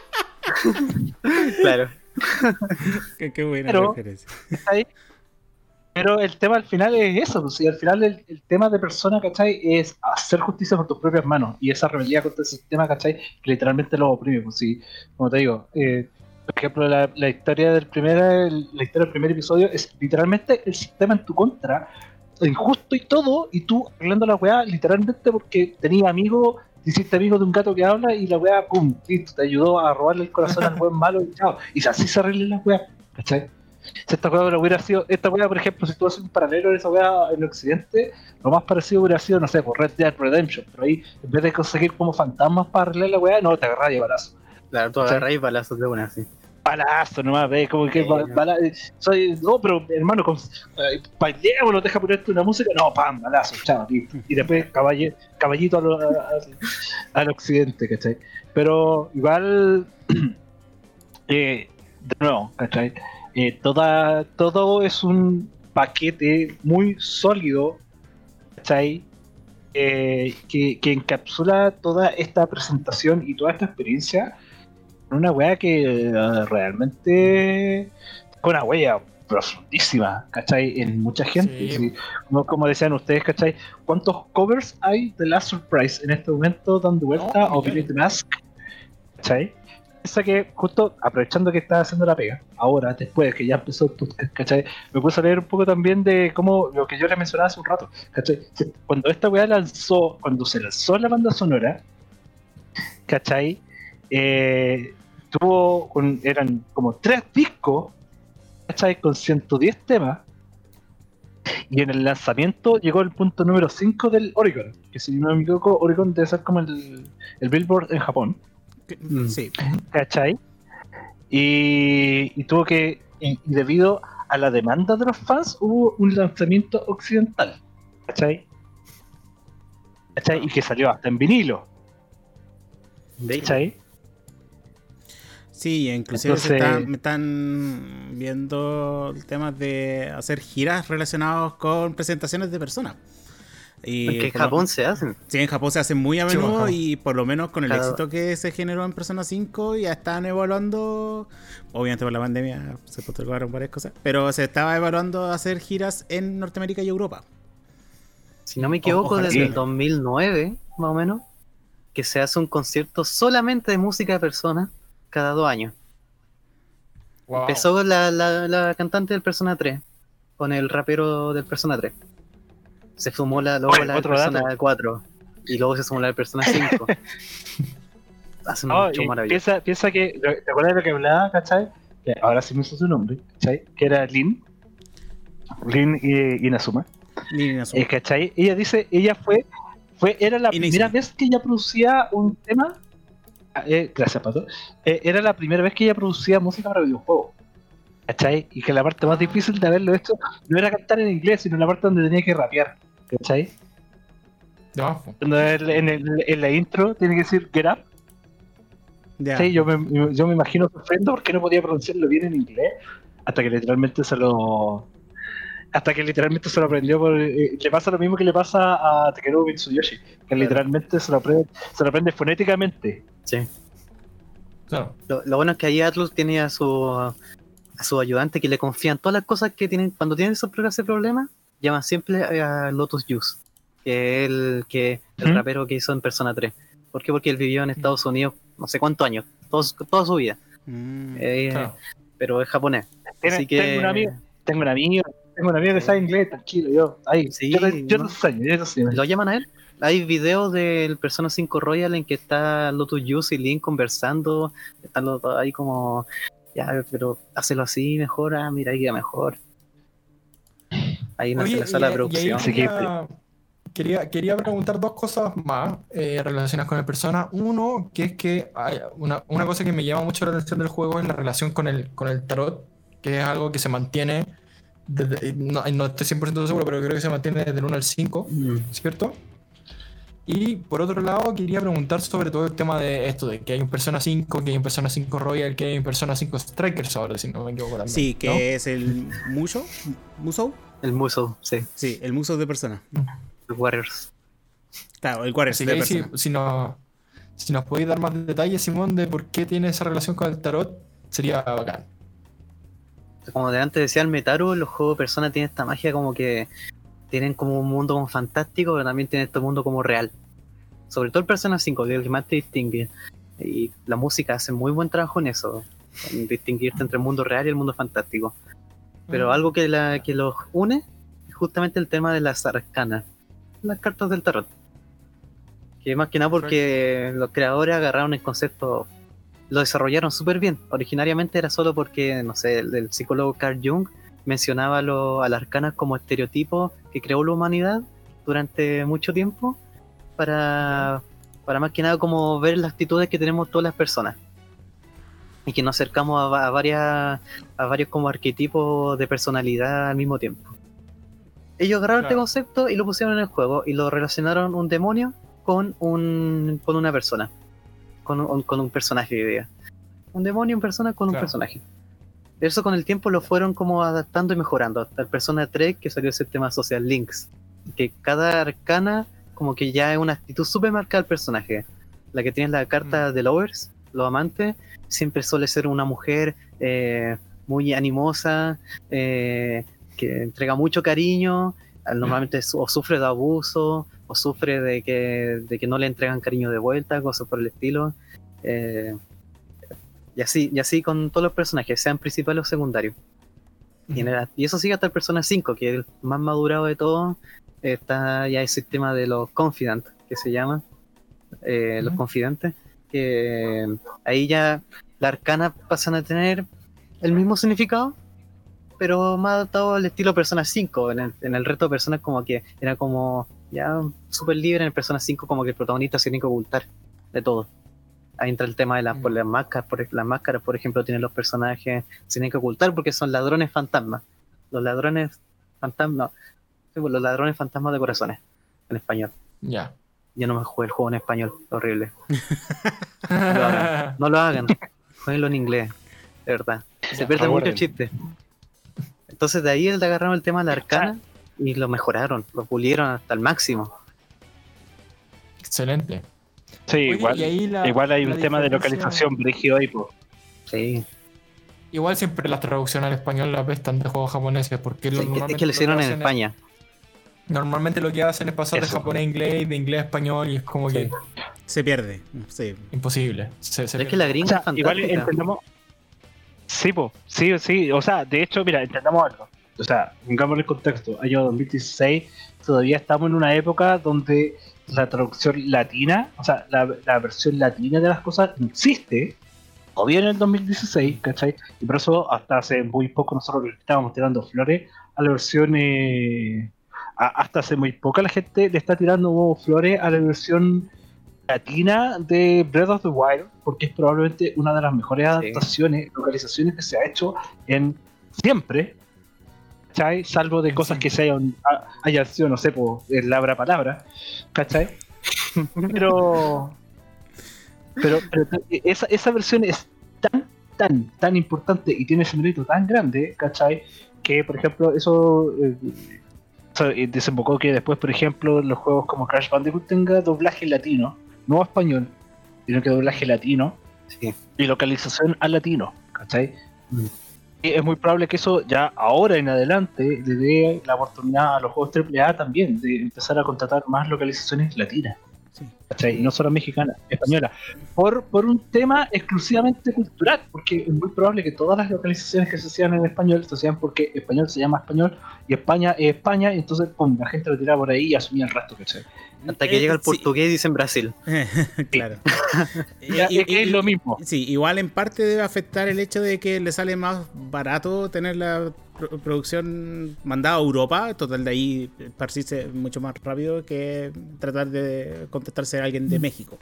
Claro. Qué, qué buena Pero- referencia. ¿Cachai? Pero el tema al final es eso, pues, y al final el, el tema de Persona, ¿cachai? Es hacer justicia con tus propias manos y esa rebeldía contra el sistema, ¿cachai? Que literalmente lo oprime, pues sí, como te digo, eh, por ejemplo, la, la historia del primer, el- la historia del primer episodio es literalmente el sistema en tu contra, injusto y todo, y tú arreglando la weá literalmente porque tenías amigos, te hiciste amigo de un gato que habla y la weá, pum, listo, te ayudó a robarle el corazón al buen malo y chao, y así se arregla la weá, ¿cachai? Si esta weá hubiera sido, esta weá, por ejemplo, si tú haces un paralelo en esa weá en Occidente, lo más parecido hubiera sido, no sé, por Red Dead Redemption, pero ahí, en vez de conseguir como fantasmas para arreglar la weá, no, te agarras de balazo. Claro, tú Sí. agarras y balazos de una, sí. Balazo nomás, ¿ves? Como que Sí, ba- no. bala- soy, no, pero hermano, con, eh, bailémonos, deja ponerte una música, no, pam, balazo, chao, listo. Y después caballe- caballito al, al, al occidente, ¿cachai? Pero igual, eh, de nuevo, ¿cachai? Eh, toda, todo es un paquete muy sólido, ¿cachai? Eh, que, que encapsula toda esta presentación y toda esta experiencia en una wea que eh, realmente es una wea profundísima, ¿cachai? En mucha gente. Sí. Sí. Como, como decían ustedes, ¿cachai? ¿Cuántos covers hay de Last Surprise en este momento dando vuelta? No, o millones. Beneath the Mask, ¿cachai? Piensa que justo aprovechando que estás haciendo la pega, ahora, después que ya empezó el podcast, ¿cachai? Me puse a leer un poco también de cómo lo que yo les mencionaba hace un rato, ¿cachai? Cuando esta weá lanzó, cuando se lanzó la banda sonora, ¿cachai? Eh, tuvo, un- eran como tres discos, ¿cachai? Con ciento diez temas, y en el lanzamiento llegó el punto número cinco del Oricon, que si no me equivoco, Oricon debe ser como el, el Billboard en Japón. Que- Mm. Sí. ¿Cachai? Y, y tuvo que, y, y debido a la demanda de los fans, hubo un lanzamiento occidental, ¿cachai? ¿Cachai? Y que salió hasta en vinilo, De hecho, ¿cachai? Sí, inclusive se Entonces- están, me están viendo el tema de hacer giras relacionadas con presentaciones de personas. Y porque en por lo- Japón se hacen. Sí, en Japón se hacen muy a Sí, menudo Japón. y por lo menos con el Cada- éxito que se generó en Persona cinco ya están evaluando, obviamente por la pandemia se postergaron varias cosas, pero se estaba evaluando hacer giras en Norteamérica y Europa. Si no me equivoco, ojalá desde sí. el dos mil nueve, más o menos, que se hace un concierto solamente de música de Persona cada dos años. Wow. Empezó con la, la, la cantante del Persona tres, con el rapero del Persona tres. Se sumó la, luego Oye, la del otro Persona dato. cuatro. Y luego se sumó la del Persona cinco. Hace un No, show y maravilloso. piensa, piensa que, ¿te acuerdas de lo que hablaba, cachai? Que ahora sí me hizo su nombre, ¿cachai? Que era Lin, Lin y Inazuma. Ni ni azul. Eh, ¿Cachai? Ella dice, ella fue fue, era la Inexplicable. primera vez que ella producía un tema. Eh, gracias, Pato. Eh, era la primera vez que ella producía música para videojuegos. ¿Cachai? Y que la parte más difícil de haberlo hecho no era cantar en inglés, sino la parte donde tenía que rapear. ¿Cachai? Ya, po. Cuando él, en, el, en la intro tiene que decir get up. Ya. Sí, yo me, yo me imagino sufriendo porque no podía pronunciarlo bien en inglés. Hasta que literalmente se lo. Hasta que literalmente se lo aprendió por. Eh, le pasa lo mismo que le pasa a Takeru Mitsuyoshi. Que Claro. literalmente se lo aprende, se lo aprende fonéticamente. Sí. Claro. Lo, lo bueno es que ahí Atlus tiene a su, a su ayudante que le confían todas las cosas que tienen. Cuando tienen esos pro- ese problema, llaman siempre a Lotus Juice, que es el, que, el ¿Mm? rapero que hizo en Persona tres. ¿Por qué? Porque él vivió en Estados Unidos no sé cuántos años, todos, toda su vida, Mm. eh, Claro. pero es japonés. Tiene- Así que Tengo un amigo, tengo un amigo, tengo un amigo que sabe inglés, tranquilo, yo. Ahí, Sí, yo, te- yo no. no sé, yo no sé. lo llaman a él. Hay videos del Persona cinco Royal en que está Lotus Juice y Link conversando, están los dos ahí como, ya, pero hazlo así mejor, ah, mira, ahí queda mejor. Ahí nace Oye, la sala de y- y ahí producción. Así que- quería, quería, quería preguntar dos cosas más eh, relacionadas con el Persona. Uno, que es que hay una, una cosa que me llama mucho la atención del juego es la relación con el, con el tarot, que es algo que se mantiene, desde- no, no estoy cien por ciento seguro, pero creo que se mantiene desde el uno al cinco, Mm. ¿cierto? Y por otro lado, quería preguntar sobre todo el tema de esto, de que hay un Persona cinco, que hay un Persona cinco Royal, que hay un Persona cinco Strikers ahora, si no me equivoco también. Sí, que ¿no? es el Musou. ¿Musou? El Musou, sí, Sí, el Musou de persona. los Warriors. Claro, el Warriors Así de que ahí si, persona. si, no- si nos podéis dar más detalles, Simón, de por qué tiene esa relación con el tarot, sería bacán. Como de antes decía el Metaru, los juegos de Persona tienen esta magia como que tienen como un mundo como fantástico, pero también tienen este mundo como real. Sobre todo el Persona cinco, que es el que más te distingue. Y la música hace muy buen trabajo en eso, en distinguirte entre el mundo real y el mundo fantástico. Pero Mm. algo que, la, que los une es justamente el tema de las arcanas, las cartas del tarot. Que más que nada porque los creadores agarraron el concepto, lo desarrollaron súper bien. Originariamente era solo porque, no sé, el, el psicólogo Carl Jung mencionaba lo, a las arcanas como estereotipo que creó la humanidad durante mucho tiempo para, para más que nada como ver las actitudes que tenemos todas las personas. Y que nos acercamos a, va- a varias a varios como arquetipos de personalidad al mismo tiempo. Ellos agarraron Claro. este concepto y lo pusieron en el juego y lo relacionaron un demonio con un con una persona, con un, con un personaje de idea. Un demonio en persona con un Claro. personaje. Eso con el tiempo lo fueron como adaptando y mejorando. Hasta el Persona tres que salió el sistema Social Links. Que cada arcana como que ya es una actitud súper marcada del personaje. La que tiene la carta de Lovers, los amantes, siempre suele ser una mujer eh, muy animosa, eh, que entrega mucho cariño, normalmente su- o sufre de abuso, o sufre de que, de que no le entregan cariño de vuelta, cosas por el estilo. Eh, y así, y así con todos los personajes, sean principales o secundarios. Y, en el- y eso sigue hasta el Persona cinco, que es el más madurado de todo. Está ya el sistema de los Confidant, que se llama, eh, los Ujú. confidentes, que ahí ya las arcanas pasan a tener el mismo significado, pero más adaptado al estilo Persona cinco. En el, en el resto de Personas como que era como ya súper libre, en el Persona cinco como que el protagonista se tiene que ocultar de todo. Ahí entra el tema de las, Mm. por las máscaras, por, las máscaras, por ejemplo, tienen los personajes, se tienen que ocultar porque son ladrones fantasmas. Los ladrones fantasmas, sí, pues, los ladrones fantasmas de corazones, en español. Ya. Yo no me jugué el juego en español, horrible. No lo hagan, no lo hagan, jueguenlo en inglés, de verdad. Se Ya, pierde mucho recuerden. chiste. Entonces de ahí le agarraron el tema de la arcana y lo mejoraron, lo pulieron hasta el máximo. Excelente. Sí, Oye, igual, y ahí la- igual hay la un tema de diferencia- localización brígido ahí, pues. Sí, Igual siempre las traducciones al español las pestan de juegos japoneses, porque lo- es que, es normalmente que lo hicieron en hacen es- España. Normalmente lo que hacen es pasar de Eso. japonés a inglés y de inglés a español y es como Sí. que Se pierde. Sí. imposible. Se- se Es que pierde. la O gringa sea, es igual fantástica. entendamos. Sí, po, sí, sí. O sea, de hecho, mira, entendamos algo. O sea, pongámosle el contexto. Año dos mil dieciséis, todavía estamos en una época donde la traducción latina, o sea, la, la versión latina de las cosas no existe. O bien en el dos mil dieciséis, ¿cachai? Y por eso hasta hace muy poco nosotros le estábamos tirando flores a la versión eh, a- hasta hace muy poca la gente le está tirando flores a la versión latina de Breath of the Wild, porque es probablemente una de las mejores adaptaciones, localizaciones que se ha hecho en siempre, ¿cachai? Salvo de cosas que se hayan, a- hayan sido, no sé, por el labra palabra, ¿cachai? Pero, pero, pero esa, esa versión es tan, tan, tan importante y tiene ese mérito tan grande, ¿cachai? Que, por ejemplo, eso, eh, eso, eh, desembocó que después, por ejemplo, los juegos como Crash Bandicoot tenga doblaje latino, no español, sino que doblaje latino Sí. y localización al latino, ¿cachai? Mm. Y es muy probable que eso ya ahora en adelante le dé la oportunidad a los juegos triple A también de empezar a contratar más localizaciones latinas, Sí. ¿cachai? Y no solo mexicanas, españolas, por, por un tema exclusivamente cultural, porque es muy probable que todas las localizaciones que se hacían en español se hacían porque español se llama español y España es España, y entonces pum, la gente lo tiraba por ahí y asumía el resto, ¿cachai? Hasta que Eh, llega el sí. portugués y dicen Brasil. Claro. Ya, Y- es que y- es lo mismo. Sí, igual en parte debe afectar el hecho de que le sale más barato tener la pro- producción mandada a Europa, total de ahí esparcirse mucho más rápido que tratar de contactarse a alguien de México.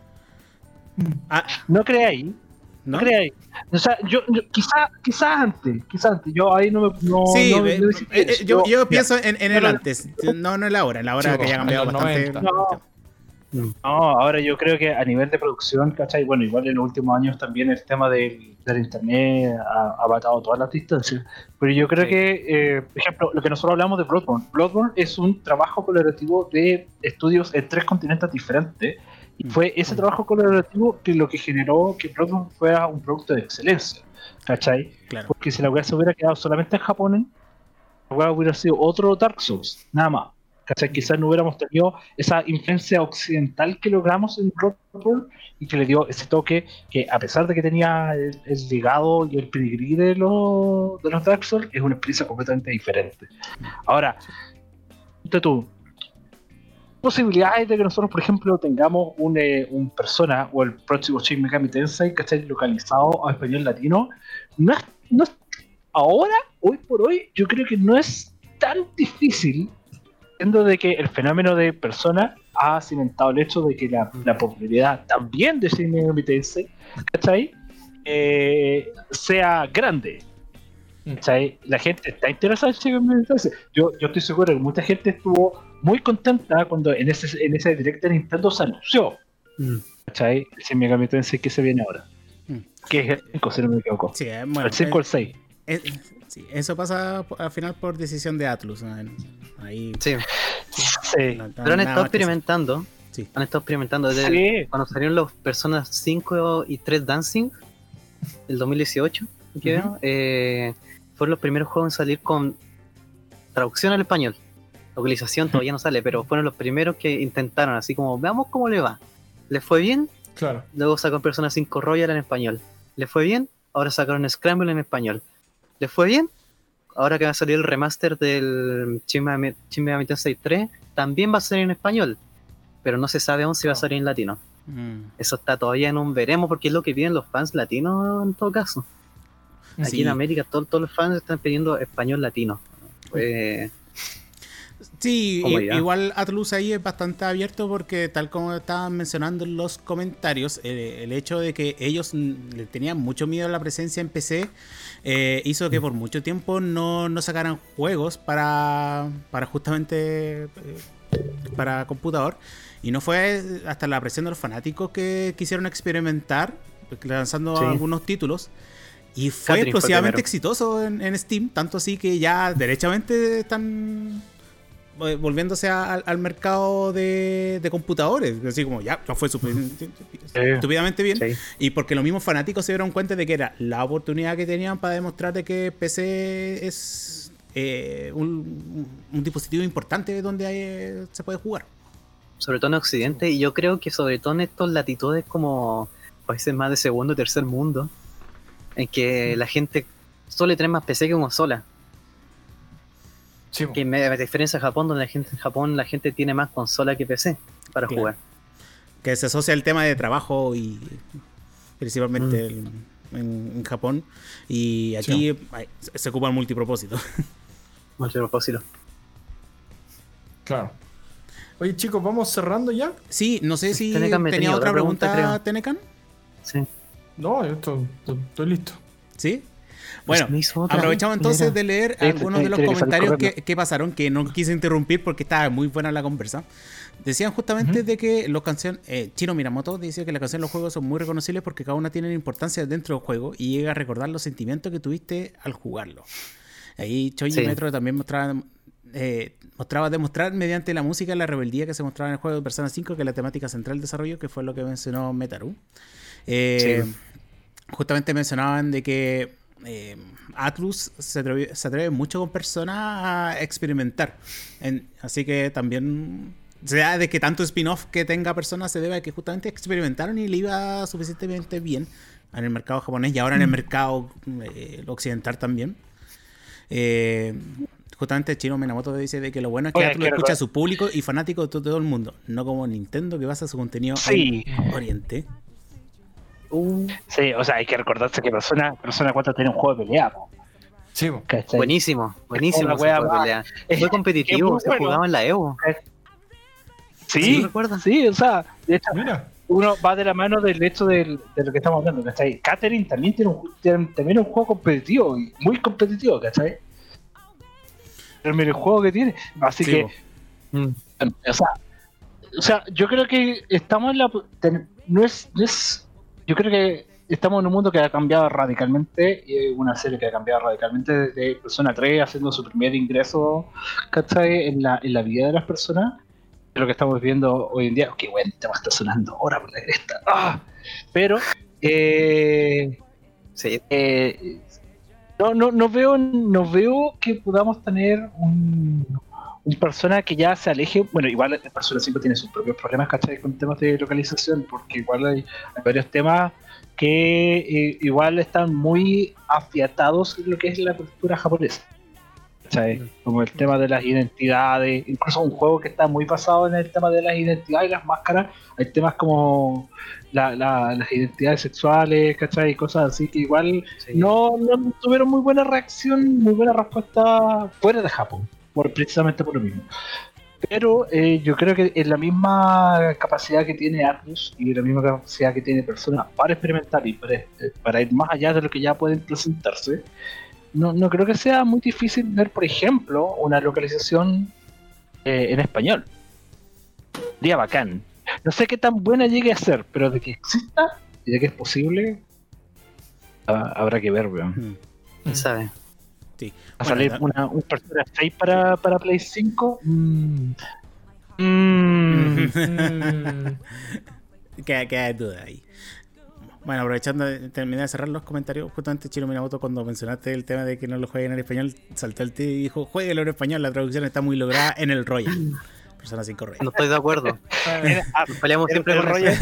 Ah, No creáis, ¿no? no creáis. O sea, yo, yo quizá, quizás antes, quizás antes, yo ahí no me. No, Sí, no, eh, no hice eh, eso. yo, yo mira, pienso en, en el pero- antes, no, no en la hora, en la hora Sí, que ya ha en cambiado los bastante. noventa. No. No, ahora yo creo que a nivel de producción, ¿cachai? Bueno, igual en los últimos años también el tema del, del internet ha, ha matado todas las distancias. Pero yo creo Sí. que, eh, por ejemplo, lo que nosotros hablamos de Bloodborne. Bloodborne es un trabajo colaborativo de estudios en tres continentes diferentes. Y Mm. fue ese trabajo colaborativo que lo que generó que Bloodborne fuera un producto de excelencia, ¿cachai? Claro. Porque si la weá se hubiera quedado solamente en Japón, la weá hubiera sido otro Dark Souls, nada más. ¿Cachai? Quizás no hubiéramos tenido esa influencia occidental que logramos en Bloodborne y que le dio ese toque que, a pesar de que tenía el, el legado y el pedigrí de los, de los Dark Souls, es una experiencia completamente diferente. Ahora, ponte tú, posibilidades de que nosotros, por ejemplo, tengamos un, eh, un persona o el próximo Shin Megami Tensei, ¿cachai? Localizado a español latino, no es, no es- ahora, hoy por hoy, yo creo que no es tan difícil, siendo de que el fenómeno de persona ha cimentado el hecho de que la, la popularidad también de Shin Megami Tensei, ¿cachai? Eh, sea grande. ¿Cachai? La gente está interesada en Shin Megami Tensei. Yo, yo estoy seguro que mucha gente estuvo muy contenta cuando en ese, en ese direct de Nintendo se anunció, Mm. ¿cachai? El Shin Megami Tensei que se viene ahora. Mm. Que es el cinco, si no me equivoco. Sí, eh, bueno, el cinco o eh, el seis. eh, sí, eso pasa po- al final por decisión de Atlus, ¿no? Ahí Sí. Sí. no- no- Pero han nada estado más que experimentando. Sí. Han estado experimentando desde Sí. cuando salieron los Personas cinco y tres Dancing, el dos mil dieciocho, que Ujú. veo, eh, fueron los primeros juegos en salir con traducción al español. Localización todavía no sale, pero fueron los primeros que intentaron, así como, veamos cómo le va. ¿Le fue bien? Claro. Luego sacaron Persona cinco Royal en español. ¿Le fue bien? Ahora sacaron Scramble en español. ¿Le fue bien? Ahora que va a salir el remaster del Shin Megami Shin Megami Tensei tres, también va a salir en español. Pero no se sabe aún si va a salir en latino. Mm. Eso está todavía en un veremos, porque es lo que piden los fans latinos en todo caso. Aquí Sí. en América todo- todos los fans están pidiendo español latino. Eh, Sí, Como i- ya. igual Atlus ahí es bastante abierto porque tal como estaban mencionando en los comentarios, eh, el hecho de que ellos mm, le tenían mucho miedo a la presencia en P C eh, hizo que por mucho tiempo no, no sacaran juegos para, para justamente eh, para computador, y no fue hasta la presión de los fanáticos que quisieron experimentar lanzando Sí. algunos títulos. Y fue Catherine fue exclusivamente primero. exitoso en, en Steam, tanto así que ya derechamente están eh, volviéndose a- al, al mercado de, de computadores. Así como ya, ya fue super- estúpidamente bien. sí. Y porque los mismos fanáticos se dieron cuenta de que era la oportunidad que tenían para demostrar de que P C es eh, un, un- un dispositivo importante donde hay- se puede jugar. Sobre todo en Occidente, y yo creo que sobre todo en estas latitudes como países más de segundo y tercer mundo, en que la gente suele tener más P C que consola. Sí, po. Que me, a diferencia de Japón, donde la gente, en Japón la gente tiene más consola que P C para Claro. jugar. Que se asocia al tema de trabajo y principalmente Mm. el- en, en Japón. Y aquí ay, se- se ocupa el multipropósito. Mucho propósito. Claro. Oye, chicos, ¿vamos cerrando ya? Sí, no sé si Tenecan me tenía tenía otra otra pregunta, pregunta, creo. Tenecan. Sí. No, yo estoy, estoy- estoy listo. ¿Sí? Bueno, Pues me hizo otra. aprovechamos entonces Mira. de leer Sí, algunos de tiene los que salir comentarios corriendo. que, que pasaron, que no quise interrumpir porque estaba muy buena la conversa. Decían justamente Ujú. de que los canciones... Eh, Chino Minamoto decía que las canciones de los juegos son muy reconocibles porque cada una tiene importancia dentro del juego y llega a recordar los sentimientos que tuviste al jugarlo. Ahí Choji Sí. Metro también mostraba... Eh, mostraba demostrar mediante la música la rebeldía que se mostraba en el juego de Persona cinco, que es la temática central del desarrollo, que fue lo que mencionó Metaru. Eh, Sí. Justamente mencionaban de que eh, Atlus se atreve, se atreve mucho con Persona a experimentar. En- así que también, sea de que tanto spin-off que tenga Persona se debe a que justamente experimentaron y le iba suficientemente bien en el mercado japonés y ahora en el mercado eh, occidental también. Eh, justamente Chino Minamoto dice de que lo bueno es que Oye, Atlus quiero- escucha a su público y fanático de todo, todo el mundo, no como Nintendo que basa su contenido Sí. en Oriente. Uh, Sí, o sea, hay que recordarse que Persona, Persona cuatro tiene un juego de pelea, po, Sí, po. ¿cachai? buenísimo, buenísimo. Una ese wea juego de más. pelea. Es- Fue competitivo, es se muy bueno. jugaba en la Evo. Sí, ¿Sí recuerdas? sí, o sea, de hecho, Mira. uno va de la mano del hecho del, de lo que estamos hablando, ¿cachai? Catherine también tiene un, tiene también un juego competitivo, y muy competitivo, ¿cachai? El mejor juego que tiene, así Sí, que, po. Mm. o sea, o sea, yo creo que estamos en la, ten- no es, no es, yo creo que estamos en un mundo que ha cambiado radicalmente, y una serie que ha cambiado radicalmente desde Persona tres haciendo su primer ingreso, ¿cachai? En la, en la vida de las personas. Lo que estamos viendo hoy en día, qué buen tema está sonando ahora por la cresta. ¡Ah! Pero eh, Sí, eh, no, no, no veo, no veo que podamos tener un, un persona que ya se aleje. Bueno, igual el Persona cinco tiene sus propios problemas, ¿cachai? Con temas de localización, porque igual hay, hay varios temas que eh, igual están muy afiatados en lo que es la cultura japonesa. ¿Cachai? Como el tema de las identidades, incluso un juego que está muy basado en el tema de las identidades y las máscaras. Hay temas como la- la- las identidades sexuales, ¿cachai? Y cosas así que igual sí. no, no tuvieron muy buena reacción, muy buena respuesta fuera de Japón, por, precisamente por lo mismo. Pero eh, yo creo que en la misma capacidad que tiene Atlus y la misma capacidad que tiene Persona para experimentar y para, para ir más allá de lo que ya pueden presentarse, no, no creo que sea muy difícil ver, por ejemplo, una localización eh, en español. Sería bacán. No sé qué tan buena llegue a ser, pero de que exista y de que es posible, ah, habrá que ver, weón. Mm, ¿Quién sabe? sí. ¿Va a Bueno, salir ta- una, un Persona seis para, para Play cinco? Mm. Mm. Mm. queda, queda duda ahí. Bueno, aprovechando de terminar de cerrar los comentarios, justamente Chino Minamoto, cuando mencionaste el tema de que no lo jueguen en español, saltó el tío y dijo: jueguelo en español, la traducción está muy lograda en el Royal. Persona cinco Royal. No estoy de acuerdo. Mira, ah, Nos peleamos el- siempre el con rollo- eso.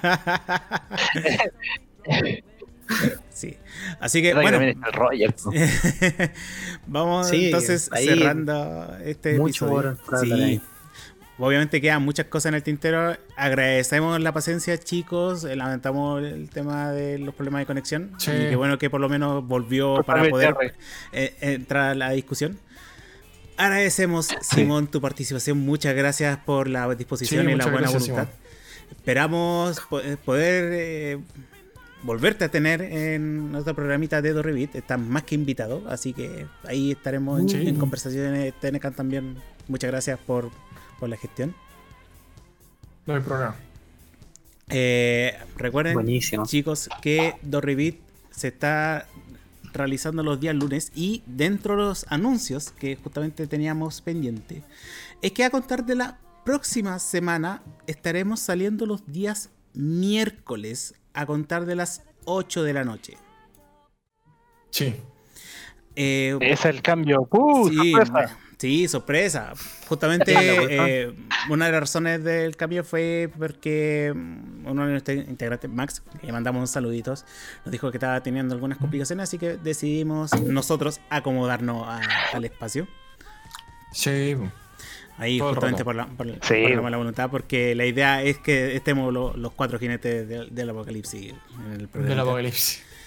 Sí. Así que, Bueno, bueno, también está el Roger, po. vamos Sí, entonces ahí cerrando este mucho episodio. por- por hablar Sí. ahí. Obviamente quedan muchas cosas en el tintero. Agradecemos la paciencia, chicos. Eh, Lamentamos el tema de los problemas de conexión. Sí. Y qué bueno que por lo menos volvió Por para favor, poder Terry. eh, entrar a la discusión. Agradecemos, Simón, tu participación. Muchas gracias por la disposición Sí, y la muchas buena gracias, voluntad. Esperamos po- eh, poder eh, volverte a tener en nuestro programita de Dorrevit. Estás más que invitado, así que ahí estaremos en, Sí. en conversaciones. Tenecan también. Muchas gracias por, por la gestión. No hay problema. Eh, recuerden, Buenísimo. chicos, que Dorrevit se está realizando los días lunes, y dentro de los anuncios que justamente teníamos pendiente es que a contar de la próxima semana estaremos saliendo los días miércoles a contar de las ocho de la noche. Sí. Eh, Ese es el cambio. ¡Uh! sí, sorpresa! sí, sorpresa. Justamente eh, una de las razones del cambio fue porque mm, uno de nuestros integrantes, Max, que le mandamos unos saluditos, nos dijo que estaba teniendo algunas complicaciones, así que decidimos nosotros acomodarnos a- al espacio. Sí. Ahí Todo el justamente rato. por la, por, Sí. por la mala voluntad, porque la idea es que estemos lo- los cuatro jinetes del, del apocalipsis en el programa. Del apocalipsis.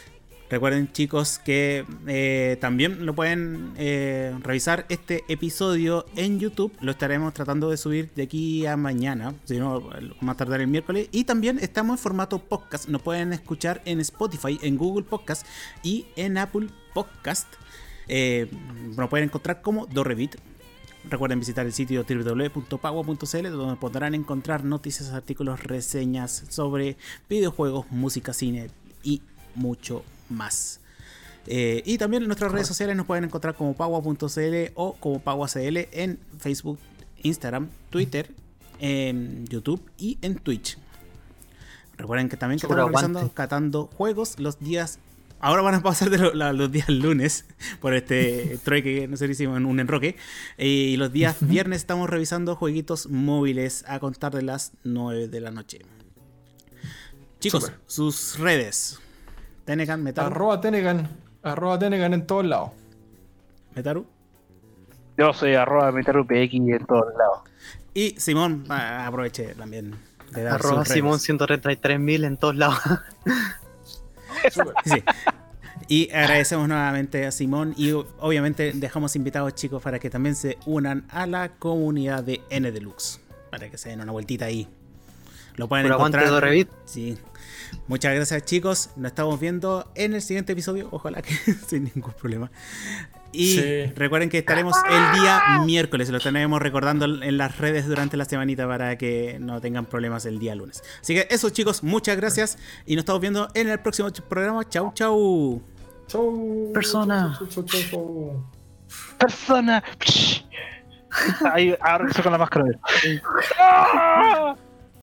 Recuerden, chicos, que eh, también lo pueden eh, revisar este episodio en YouTube. Lo estaremos tratando de subir de aquí a mañana, si no, más tardar el miércoles. Y también estamos en formato podcast. Nos pueden escuchar en Spotify, en Google Podcast y en Apple Podcast. Eh, nos pueden encontrar como Dorrevit. Recuerden visitar el sitio doble u doble u doble u punto pagua punto c l, donde podrán encontrar noticias, artículos, reseñas sobre videojuegos, música, cine y mucho más. Eh, y también en nuestras redes sociales nos pueden encontrar como pagua punto c l o como paguacl en Facebook, Instagram, Twitter, en YouTube y en Twitch. Recuerden que también que estamos realizando catando juegos los días. Ahora van a pasar de lo, la, los días lunes por este trueque que nosotros hicimos en un enroque. Y los días viernes estamos revisando jueguitos móviles a contar de las nueve de la noche. Chicos, Super. Sus redes. Tenegan, Metaru. Arroba Tenegan. Arroba Tenegan en todos lados. Metaru. Yo soy arroba Metaru P X en todos lados. Y Simón, aproveche también de dar arroba sus Simón redes. ciento treinta y tres mil en todos lados. Sí. Y agradecemos nuevamente a Simón y obviamente dejamos invitados, chicos, para que también se unan a la comunidad de N Deluxe, para que se den una vueltita ahí. Lo pueden Pero encontrar. aguante Dorrevit. Sí. Muchas gracias, chicos. Nos estamos viendo en el siguiente episodio, ojalá que sin ningún problema. Y sí. Recuerden que estaremos el día miércoles, lo estaremos recordando en las redes durante la semanita para que no tengan problemas el día lunes. Así que eso, chicos, muchas gracias y nos estamos viendo en el próximo programa. Chau, chau. Chau. Persona. Chau, chau, chau, chau. Persona. Ahí, ahora con la máscara.